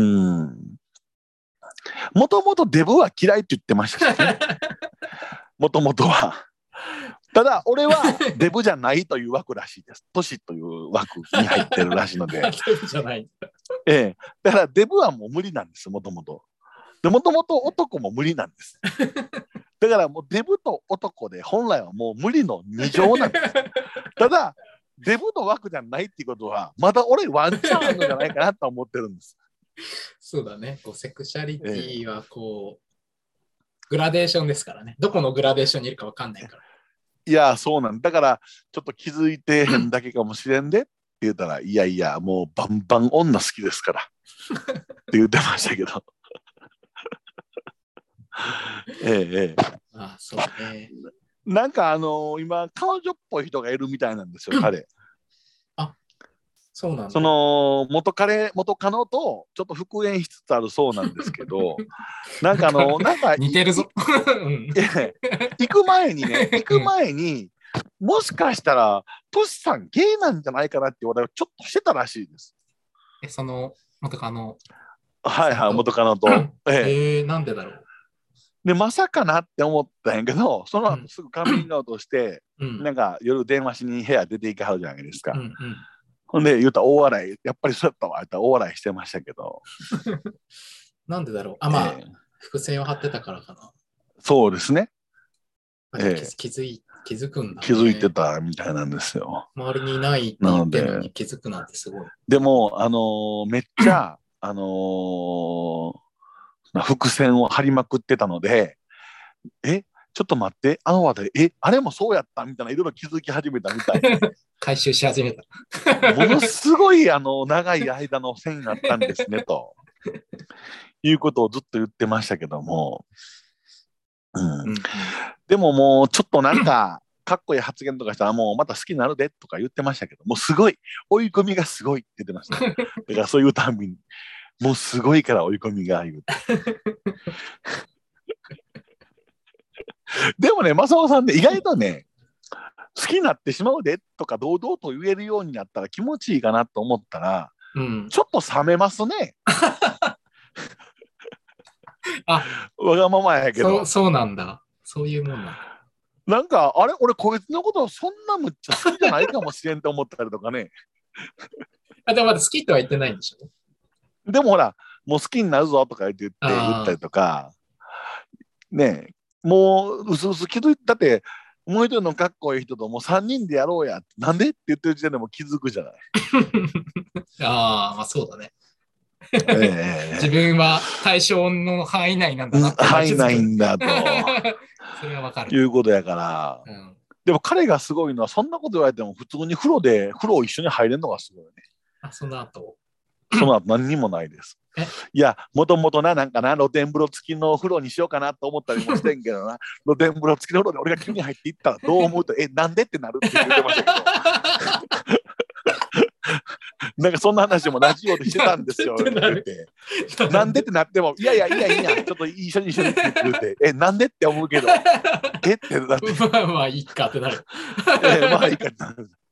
もともとデブは嫌いって言ってましたしね。もともとは。ただ、俺はデブじゃないという枠らしいです。トシという枠に入ってるらしいので。 デブじゃない。 ええ。だからデブはもう無理なんです、もともと。で、もともと男も無理なんです。だからもうデブと男で本来はもう無理の二乗なんです。ただ、デブの枠じゃないっていうことは、まだ俺ワンチャンあるのじゃないかなと思ってるんです。 そうだね。こうセクシャリテええ、 ィはこう、グラデーションですからね。どこのグラデーションにいるかわかんないから。 いや、そうなんだから、ちょっと気づいてへんだけかもしれんでって言ったら、いやいや、もうバンバン女好きですからって言ってましたけど。ええ、ええ。 ああ、そうね。 なんかあのー今、彼女っぽい人がいるみたいなんですよ、彼。 あ、そうなんそだ。 の元彼、元カノとちょっと復縁しつつあるそうなんですけど、なんかあの、なんかい、 似てるぞ。うん。 いえ行く前にね、行くうん。 前に、もしかしたら、トシさんゲイなんじゃないかなって話題をちょっとしてたらしいです。 え、その、元カノはいはい、 さんと。 元カノと。ええ。 えー、なんでだろう。 で、まさかなって思ったんやけど、そのうん。 後すぐカミングアウトして、 うん。 なんか夜電話しに部屋出ていかはるじゃないですか。 うん。うん。 ほんで言うたら大笑い、やっぱりそうやったわ、言ったら大笑いしてましたけど、 なんでだろう。あ、まあ、 ええ、 伏線を張ってたからかな。 そうですね。 あ、でも気づええ、 気づい、気づくんだ気づいてね。 たみたいなんですよ。 周りにいないって言なので、 ってんのに気づくなんてすごい。 でも、あのーめっちゃ、あのー伏線を張りまくってたので、え、ちょっと待って、あの話題、え、あれもそうやったみたいな、いろいろ気づき始めたみたいで、 回収し始めた。 ものすごいあの長い間の線があったんですねということをずっと言ってましたけども、うん、 うんうん。 でももうちょっとなんかかっこいい発言とかしたらもうまた好きになるでとか言ってましたけど、もうすごい追い込みがすごいって言ってました。だからそういうたびにもうすごいから追い込みが言うて。でもね、正雄さんね、意外とね、好きになってしまうでとか堂々と言えるようになったら気持ちいいかなと思ったら、 うん。 ちょっと冷めますね。 あ、 わがままやけそう、 ど。 そうなんだ。そういうもんなんだ。 なんか、あれ俺こいつのことそんなむっちゃ好きじゃないかもしれんと思ったりとかね。 あ、でもまだ好きとは言ってないんでしょ？ でもほら、もう好きになるぞとか言って言って言ったありとか、ねえ、もううすうす気づいて、だって、もう一人のかっこいい人ともうさんにんでやろうや。なんでって言ってる時点でもう気づくじゃない。 あ。ああ、まあそうだね。自え分は対象の範囲内なんえ、うん、 だなっていうのは気入んないづく。 んだとそれはわかる。 いうことやから。 うん。 でも彼がすごいのは、そんなこと言われても普通に風呂で、風呂を一緒に入れるのがすごいね。 あ、その後。 その後何にもないです。 え、 いや、もともとな、なんかな、露天風呂付きのお風呂にしようかなと思ったりもしてんけどな、露天風呂付きの風呂で俺が急に入っていったらどう思うと、え、なんでってなるって言ってましたけど、なんかそんな話もラジオでしてたんですよって言って、なんでってなっても、いやいやいやいや、ちょっと一緒に一緒にって言って、え、なんでって思うけど、えってなって、 まあまあいいかってなる。 えまあいいかな。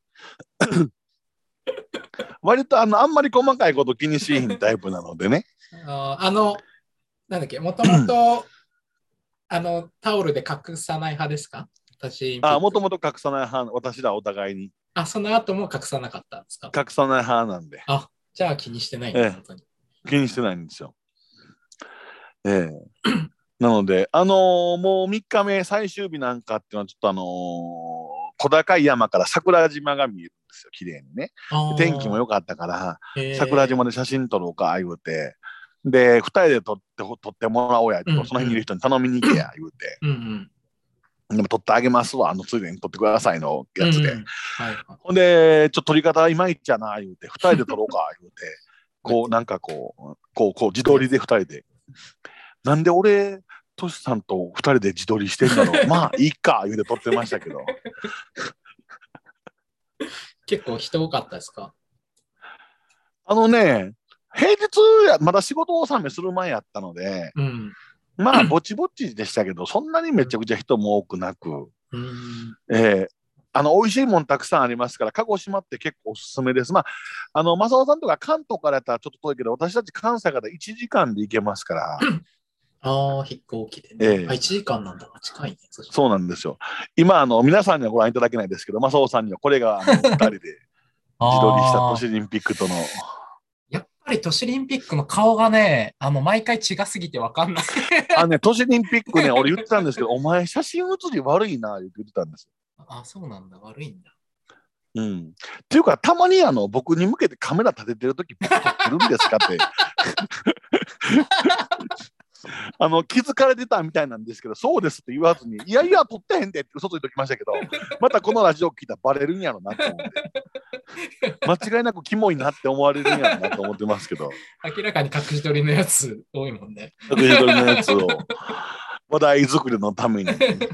割とあのあんまり細かいこと気にしひんタイプなのでね。 ああの、なんだっけ、もともと、あの、タオルで隠さない派ですか？私、 あ、もともと隠さない派、私らお互いにあ、その後も隠さなかったんですか？ 隠さない派なんで、 あ、じゃあ気にしてないんだ、 ええ、 本当に。 気にしてないんですよ。ええ、なので、あのーもうみっかめ最終日なんかっていうのはちょっとあのー小高い山から桜島が見えるんですよ、綺麗にね。で天気もああ、 良かったから桜へえ、 島で写真撮ろうか言うて、でふたりで撮って撮ってもらおうやと、 うんうん、 その辺にいる人に頼みに行けや言うて、 うんうん。 でも撮ってあげますわ、あのついでに撮ってくださいのやつで、 うんはいはい、 ほんでちょっと撮り方いまいちやな言うてふたりで撮ろうか言うてこうなんかこうこうこう自撮りでふたりでなんで俺トシさんとふたりで自撮りしてんだろうまあいいか言うて撮ってましたけど結構人多かったですか？ あのね平日やまだ仕事納めする前やったので、 うん、 まあぼちぼちでしたけどそんなにめちゃくちゃ人も多くなく、 うん、 えーあの美味しいもんたくさんありますから鹿児島って結構おすすめです。まああの正雄さんとか関東からやったらちょっと遠いけど私たち関西からいちじかんで行けますからああ、飛行機でね。 ええあ、いちじかんなんだ。近いね。そそうなんですよ。今あの皆さんにはご覧いただけないですけど正雄さんにはこれがあのふたりで自撮りした都市オリンピックとのやっぱり都市オリンピックの顔がね、あの毎回違すぎてわかんない。 あ、ね、都市オリンピックね俺言ってたんですけどお前写真写り悪いな言ってたんです。 あ、そうなんだ。悪いんだ。 うん、っていうかたまにあの僕に向けてカメラ立ててる時僕撮ってるんですかってあの気づかれてたみたいなんですけどそうですって言わずにいやいや撮ってへんでって嘘ついておきましたけどまたこのラジオ聞いたらバレるんやろなと思って間違いなくキモいなって思われるんやろなと思ってますけど明らかに隠し撮りのやつ多いもんね。 隠し撮りのやつを話題作りのために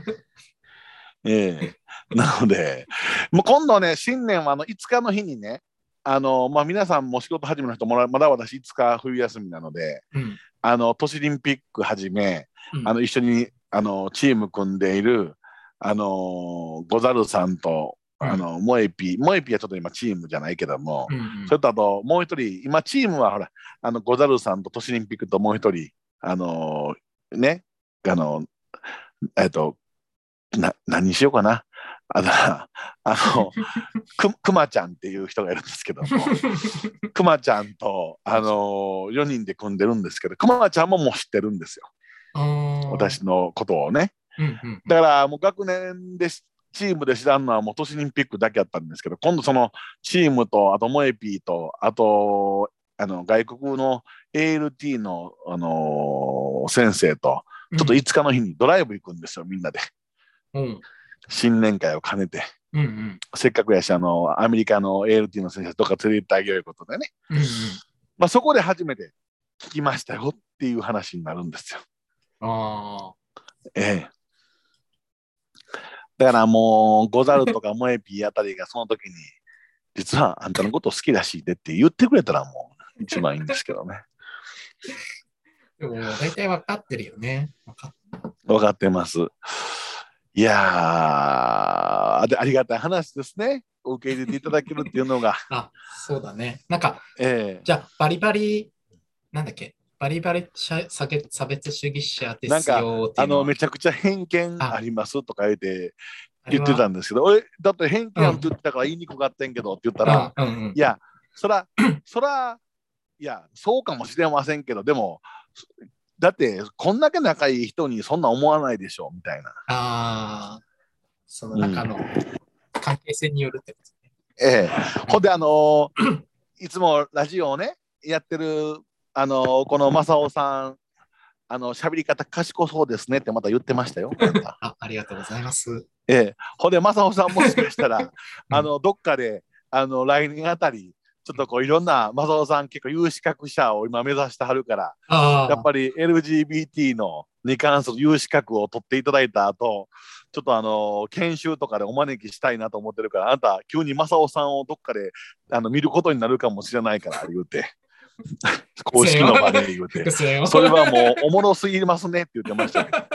ええなのでもう今度ね新年はあのいつかの日にねあの、まあ、皆さんも仕事始めの人もまだ私いつか冬休みなので、 うん、 あの都市オリンピックはじめ、 うん、 あの一緒にあのチーム組んでいるあのゴザルさんとあの、うん、モエピモエピはちょっと今チームじゃないけども、うんうん、それとあともう一人今チームはほらあのゴザルさんと都市オリンピックともう一人あのねあのえっとな何にしようかなあのあのくくまちゃんっていう人がいるんですけどもくまちゃんと、あのー、よにんで組んでるんですけどくまちゃんももう知ってるんですよ私のことをね、うんうんうん、だからもう学年でチームで知らんのはもう都市オリンピックだけやったんですけど今度そのチームとあとモエピーとあとあの外国の エーエルティー の、あのー、先生とちょっといつかの日にドライブ行くんですよみんなで、うん、新年会を兼ねて、うんうん、せっかくやしあのアメリカの エーエルティー の先生とか連れてってあげようことでね、うんうんまあ、そこで初めて聞きましたよっていう話になるんですよ。あええ、だからもうゴザルとかモエピーあたりがその時に実はあんたのこと好きらしいでって言ってくれたらもう一番いいんですけどね。 でも大体分かってるよね。分かっ分かってます。いやー あ, ありがたい話ですね。お受け入れていただけるっていうのが。 あ、そうだね。なんか、 えー、 じゃあバリバリなんだっけバリバリ差別主義者ですよっていうのは。 なんかあのめちゃくちゃ偏見ありますとか言って言ってたんですけど、俺だって偏見って言ってたから言いにくかったんけどって言ったら、うんうんうん、いやそらそらいやそうかもしれませんけどでもだってこんだけ仲いい人にそんな思わないでしょみたいな。 ああ、その中の関係性によるってことね。うん、ええ、ほんであのー、いつもラジオをねやってるあのー、この正雄さんあの喋り方賢そうですねってまた言ってましたよ。 あ, ありがとうございます。 ええ、ほんで正雄さんもしかしたら、うん、あのどっかであの来年あたりちょっとこういろんな正雄さん結構有資格者を今目指してはるからやっぱり エルジービーティー のに関する有資格を取っていただいた後ちょっとあの研修とかでお招きしたいなと思ってるからあなた急に正雄さんをどっかであの見ることになるかもしれないから言うて公式の場で言うてそれはもうおもろすぎますねって言ってましたけど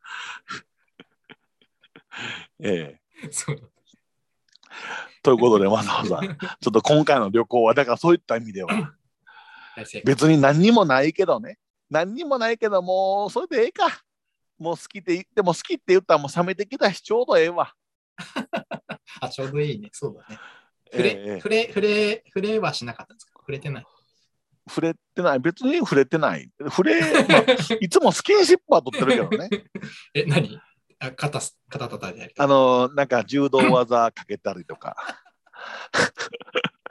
ええそうということで、正雄さん、ちょっと今回の旅行は、だからそういった意味では、別に何にもないけどね、何にもないけど、もうそれでええか。もう好きって言って、も好きって言ったらもう冷めてきたし、ちょうどええわ。 あ、ちょうどいいね、そうだね。触れ、えー、触れ、触れ、触れはしなかったんですか？触れてない。 触れてない、別に触れてない。触れ、まあ、いつもスキンシップは取ってるけどね。 え、何？あ、肩、肩叩いてやりあのなんか柔道技かけたりとか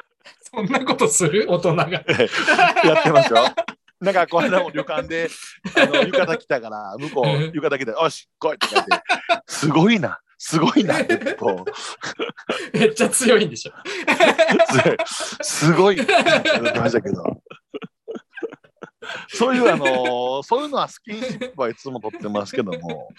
そんなことする大人がやってますよ。なんかこの間も旅館であの浴衣着たから向こう浴衣着てよし来いって書いてすごいなすごいなってこうめっちゃ強いんでしょすごいって言ってましたけどそういうあのー、そういうのはスキンシップはいつも取ってますけども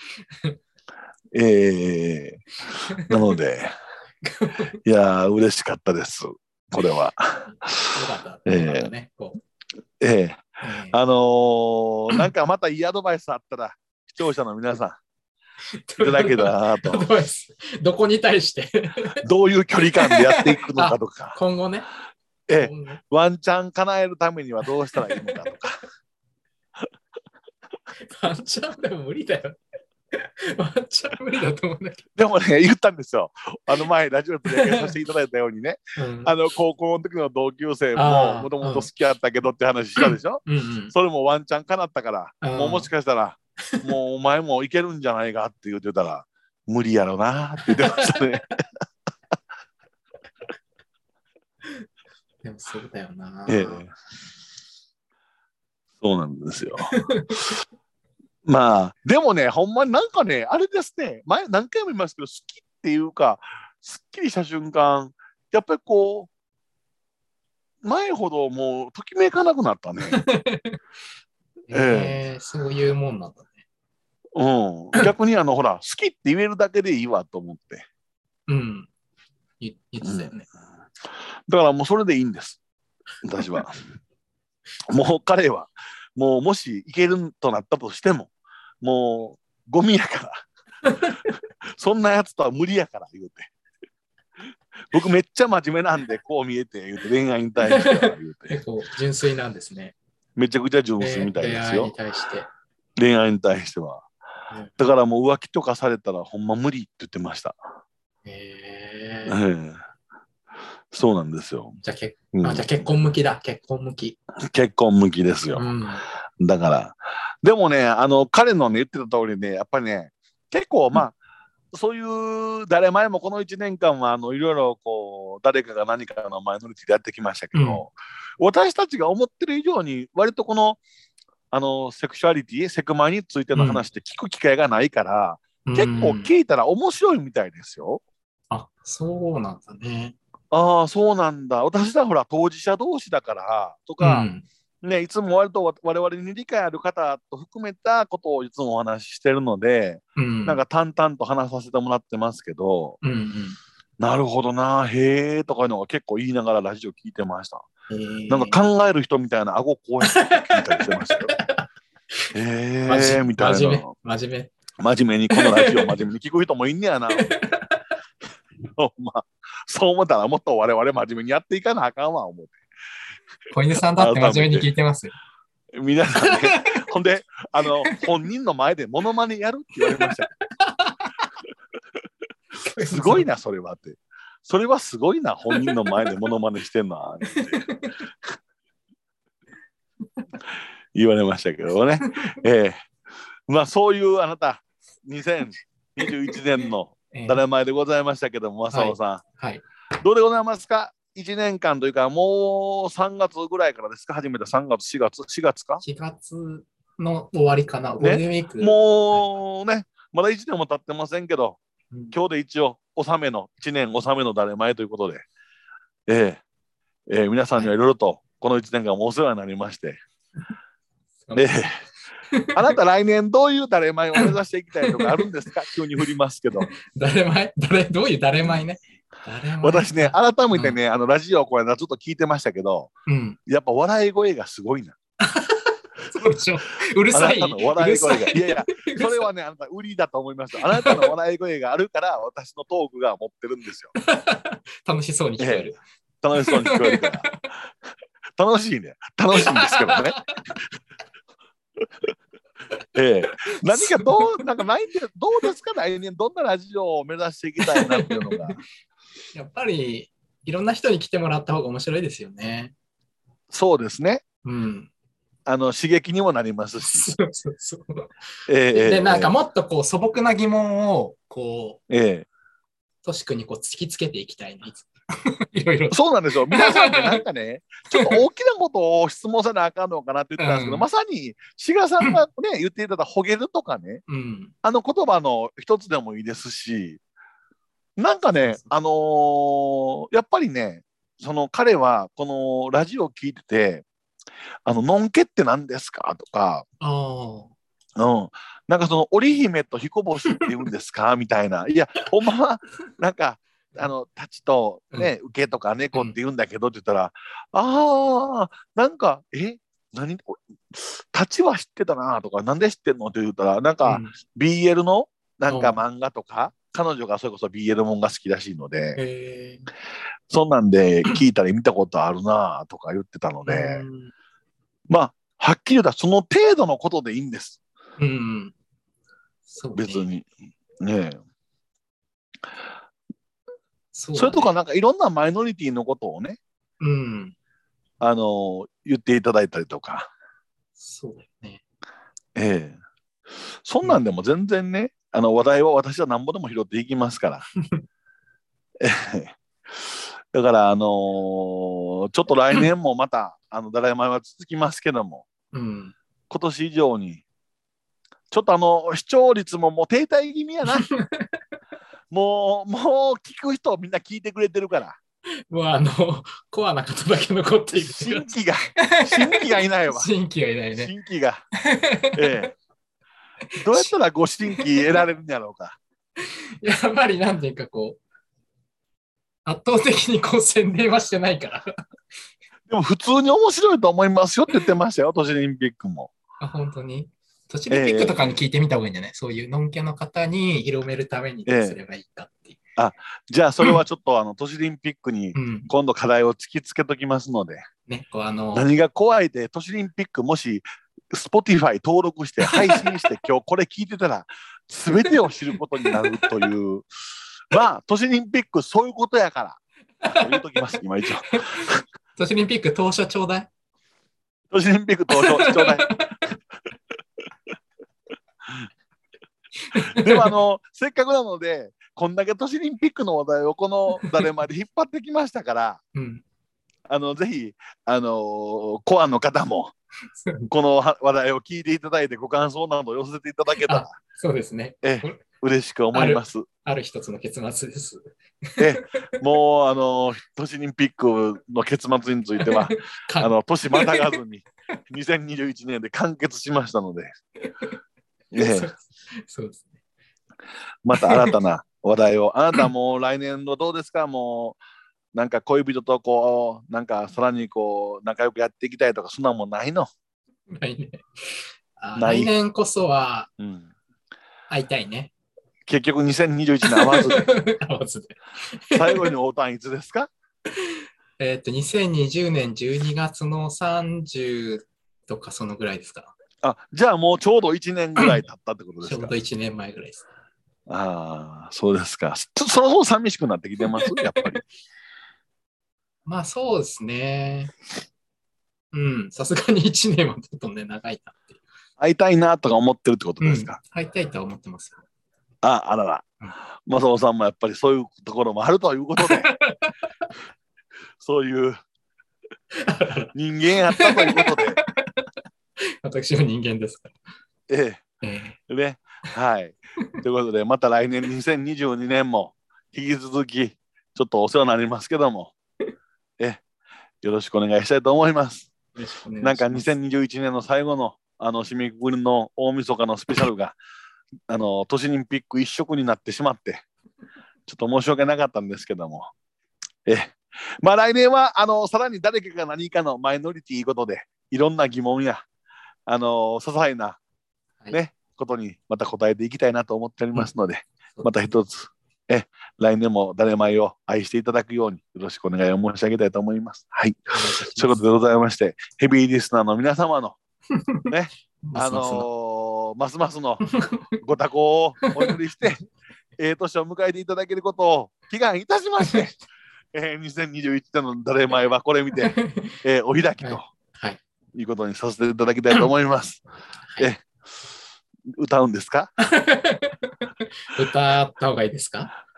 えー、なのでいやー嬉しかったですこれは。よかった。えー、ね、こうえー、えー、あのー、なんかまたいいアドバイスあったら視聴者の皆さんいただけたらなと。 どこに対してどういう距離感でやっていくのかとか。 今後ね。 ええ、ワンチャン叶えるためにはどうしたらいいのかとか。 ワンチャンでも無理だよ。ワンチャン無理だと思うんだけど。 でもね、言ったんですよ。あの前、ラジオで取り上げさせていただいたようにね、うん、あの高校の時の同級生ももともと好きやったけどって話したでしょ。うんうん、それもワンチャン叶ったから、もうもしかしたら、もうお前もいけるんじゃないかって言ってたら、無理やろなって言ってましたね。 でもそうだよな、 ええ。そうなんですよ。まあでもねほんまになんかねあれですね前何回も言いますけど好きっていうかすっきりした瞬間やっぱりこう前ほどもうときめかなくなったね。 えー、そういうもんなんだね。 うん、逆にあのほら好きって言えるだけでいいわと思って。 うん言ってたよね、うん、 だからもうそれでいいんです私は。もう彼はもうもしいけるとなったとしてももうゴミやからそんなやつとは無理やから言うて僕めっちゃ真面目なんでこう見えて言うて恋愛に対しては言うて結構純粋なんですね。 めちゃくちゃ純粋みたいですよ、 恋愛に対して恋愛に対しては、うん、だからもう浮気とかされたらほんま無理って言ってました。へえー、そうなんですよ。 じゃあ、けうん、あじゃあ結婚向きだ結婚向き結婚向きですよ、うん、だからでもねあの彼のね言ってた通りねやっぱりね結構まあ、うん、そういう誰前もこのいちねんかんはあのいろいろこう誰かが何かのマイノリティでやってきましたけど、うん、私たちが思ってる以上に割とこのあのセクシュアリティセクマイについての話って聞く機会がないから、うん、結構聞いたら面白いみたいですよ。 あ、そうなんだね。 ああそうなんだ。私はほら当事者同士だからとか、うん、ね、いつも割と我々に理解ある方と含めたことをいつもお話ししてるので、うん、なんか淡々と話させてもらってますけど、うんうん、なるほどなへえとかいうのが結構言いながらラジオ聞いてました。なんか考える人みたいな顎こうやって聞いたりしてましたよ。へえみたいな。 真面目真面目真面目にこのラジオ真面目に聞く人もいんねやな。まあ、そう思ったらもっと我々真面目にやっていかなあかんわ思って。 小犬さんだって真面目に聞いてますよ。 皆さんね、ほんであの本人の前でモノマネやるって言われました。すごいなそれはって。それはすごいな本人の前でモノマネしてんのは言われましたけどね。えー、まあそういうあなたにせんにじゅういちねんの誰前でございましたけども、正雄さん、はいはい、どうでございますか。いちねんかんというかもうさんがつぐらいからですか。始めたさんがつしがつしがつかしがつの終わりかな、ゴールデンウィーク、 ね、もうね、はい、まだいちねんも経ってませんけど、うん、今日で一応納めのいちねん納めの誰前ということで、えーえー、皆さんにはいろいろとこのいちねんかんもお世話になりまして、はい、えーあなた来年どういう誰前を目指していきたいとかあるんですか。急に振りますけど。 誰前誰どういう誰前ね。 誰前私ね改めてね、うん、あのラジオをこれずっと聞いてましたけど、うん、やっぱ笑い声がすごいな。 そうでしょ。うるさい。 あなたの笑い声がいやいやそれはねあなた売りだと思います。あなたの笑い声があるから私のトークが持ってるんですよ。 楽しそうに聞こえる。 えー、楽しそうに聞こえるから。楽しいね。楽しいんですけどね。ええ、何かどうなんかないんでどうですか来年どんなラジオを目指していきたいなっていうのがやっぱりいろんな人に来てもらった方が面白いですよね。 そうですね、 うん、 あの刺激にもなりますしそうそうそう、 ええ、 で、でなんかもっとこう素朴な疑問をこう、 ええ、 としくにこう突きつけていきたいな。 いろいろ。 そうなんですよ。皆さんってなんかね、ちょっと大きなことを質問せなあかんのかなって言ってたんですけど、 うんまさに志賀さんがね、言っていただほげるとかね、 うん。 あの言葉の一つでもいいですし、なんかね、 そうそうあのーやっぱりね、その彼はこのラジオを聞いてて、あの、のんけって何ですかとか、 ああ。 うん、なんかその織姫と彦星って言うんですかみたいな。いや、ほんまは、なんか、あの、たちとうんね、受けとか猫ってうん。 言うんだけどって言ったら、ああ、なんか、え何たちは知ってたなとか、なんで知ってんのって言ったら、なんかうん。 ビーエル のなんかお漫画とか、彼女がそれこそ ビーエル もんが好きらしいので、 えそんなんで聞いたり見たことあるなとか言ってたのー、うで、 ん。 まあ、はっきり言ったらその程度のことでいいんです。 うん。そうね。 別に。ねえ。それとかそうだね。 なんかいろんなマイノリティのことをね、 うん。 あの、言っていただいたりとか、 そうだよね。 ええ。そんうん。 なんでも全然ね、あの話題は私は何ぼでも拾っていきますから。ええ。だから、あのーちょっと来年もまた、あの、だらいまは続きますけども、 うん。 今年以上に、ちょっとあの、視聴率ももう停滞気味やな。もう、もう聞く人みんな聞いてくれてるから。 もうあの、コアな方だけ残っているって感じ。 新規が、新規がいないわ。 新規がいないね。 新規が。ええ。どうやったらご新規得られるんやろうか。 やっぱりなんていうかこう、圧倒的にこう宣伝はしてないから。 でも普通に面白いと思いますよって言ってましたよ、都市オリンピックも。 あ、本当に。都市オリンピックとかに聞えいてみた方がいいんじゃない？そういうのんけの方に広めるためにえええ。 どうすればいいかっていう。 あ、じゃあそれはちょっとあの都市オリンピックにうん。 今度課題を突きつけときますので、 ね、こうあの、 何が怖いって都市オリンピックもし Spotify 登録して配信して今日これ聞いてたら全てを知ることになるという、まあ都市オリンピックそういうことやからと言うときます、今一応。 都市オリンピック当初ちょうだい。 都市オリンピック投票ちょうだい。でもあのせっかくなのでこんだけ都市オリンピックの話題をこの誰まで引っ張ってきましたから、 うん。 あのぜひあのコアの方もこの話題を聞いていただいてご感想などを寄せていただけたら、 そうですね。 え嬉しく思います。 ある一つの結末です。 えもうあの都市オリンピックの結末についてはあの年またがずににせんにじゅういちねんで完結しましたので、えそうですね。 また新たな話題を。あなたも来年度どうですか？もうなんか恋人とこうなんかさらにこう仲良くやっていきたいとかそんなもんないの？ 来年あ来ない。 年こそはうん、 会いたいね。 結局にせんにじゅういちねん会わずで会わずで。 最後に会うたんいつですか？ えっと、にせんにじゅうねんじゅうにがつのさんじゅうとかそのぐらいですか。 あ、じゃあもうちょうどいちねんぐらい経ったってことですか？ ちょうどいちねんまえぐらいです。 ああ、そうですか。ちょその方寂しくなってきてますやっぱり。 まあそうですね。うん、さすがにいちねんはちょっとね、長いなっていう。 会いたいなとか思ってるってことですか？ うん、会いたいとは思ってますよ。 あ、あらら。マサオさんもやっぱりそういうところもあるということで、そういう人間やったということで、 私は人間ですから。 えええ、ね、はい。ということで、また来年にせんにじゅうにねんも引き続き、ちょっとお世話になりますけども、えよろしくお願いしたいと思います。 ー、よろしくお願いします。 なんかにせんにじゅういちねんの最後のあの締めくくりの大晦日のスペシャルが、あの都市オリンピック一色になってしまって、ちょっと申し訳なかったんですけども、えまあ来年はあのさらに誰かが何かのマイノリティことで、いろんな疑問や、あの些細な、ね、はい、ことにまた答えていきたいなと思っておりますので、うん、また一つ、え来年も誰まいを愛していただくようによろしくお願いを申し上げたいと思います。はい。ということでございまして、ヘビーリスナーの皆様の、ね、あのー、ますますのご多幸をお祈りして、ええ年を迎えていただけることを祈願いたしまして、えー、にせんにじゅういちねんの誰前はこれ見て、えー、お開きと、はいはい、いうことにさせていただきたいと思います。はい、え歌うんですか？ 歌った方がいいですか？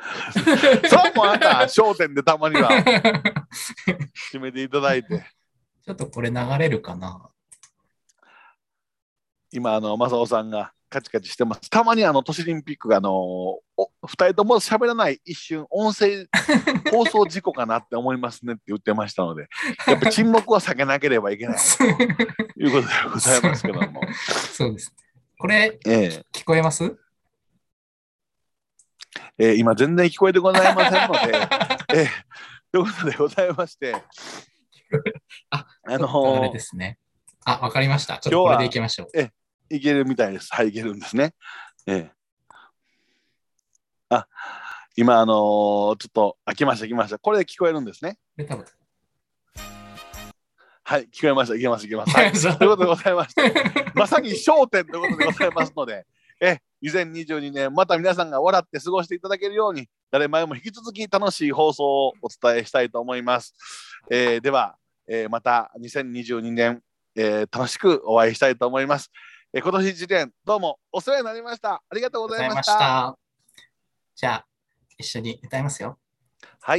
それはもうあんた焦点でたまには決めていただいて。 ちょっとこれ流れるかな。 今あの正雄さんがカチカチしてます。たまにあの都市オリンピックがあのおふたりとも喋らない一瞬音声放送事故かなって思いますねって言ってましたので、やっぱ沈黙は避けなければいけないということでございますけども。 そうです。これ、 ええ聞こえます？ えー、今全然聞こえてございませんので、えー、ということでございまして、 あ、 あのー、 あれですね。あ、わかりました。ちょっとこれでいきましょう。 えいけるみたいです。はい、いけるんですね。えー、あ、今あのー、ちょっと開きました、開きました。これで聞こえるんですね。 多分はい、聞こえました。いけます、いけます。はい、ということでございまして、まさに焦点ということでございますので、えにせんにじゅうにねんまた皆さんが笑って過ごしていただけるように、誰前も引き続き楽しい放送をお伝えしたいと思います。えー、では、えー、またにせんにじゅうにねん、えー、楽しくお会いしたいと思います。えー、今年いちねんどうもお世話になりました。ありがとうございました。 したじゃあ一緒に歌いますよ。 はい。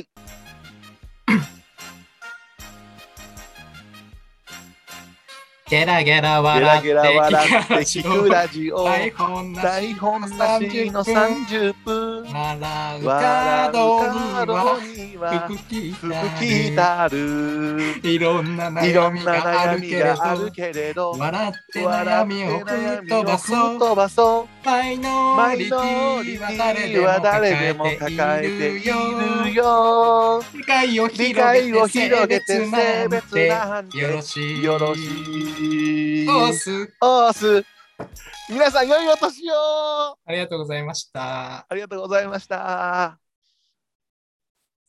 ゲラゲラ笑って聞くラジオ、 台本なしのさんじゅっぷん、 笑う角には服着たる、いろんな悩みがあるけれど、笑って悩みを吹っ飛ばそう。マイノリティは誰でも抱えているよ。理解を広げて性別なんてよろしい。よろしい。オース。オース。皆さん良いお年を。ありがとうございました。ありがとうございました。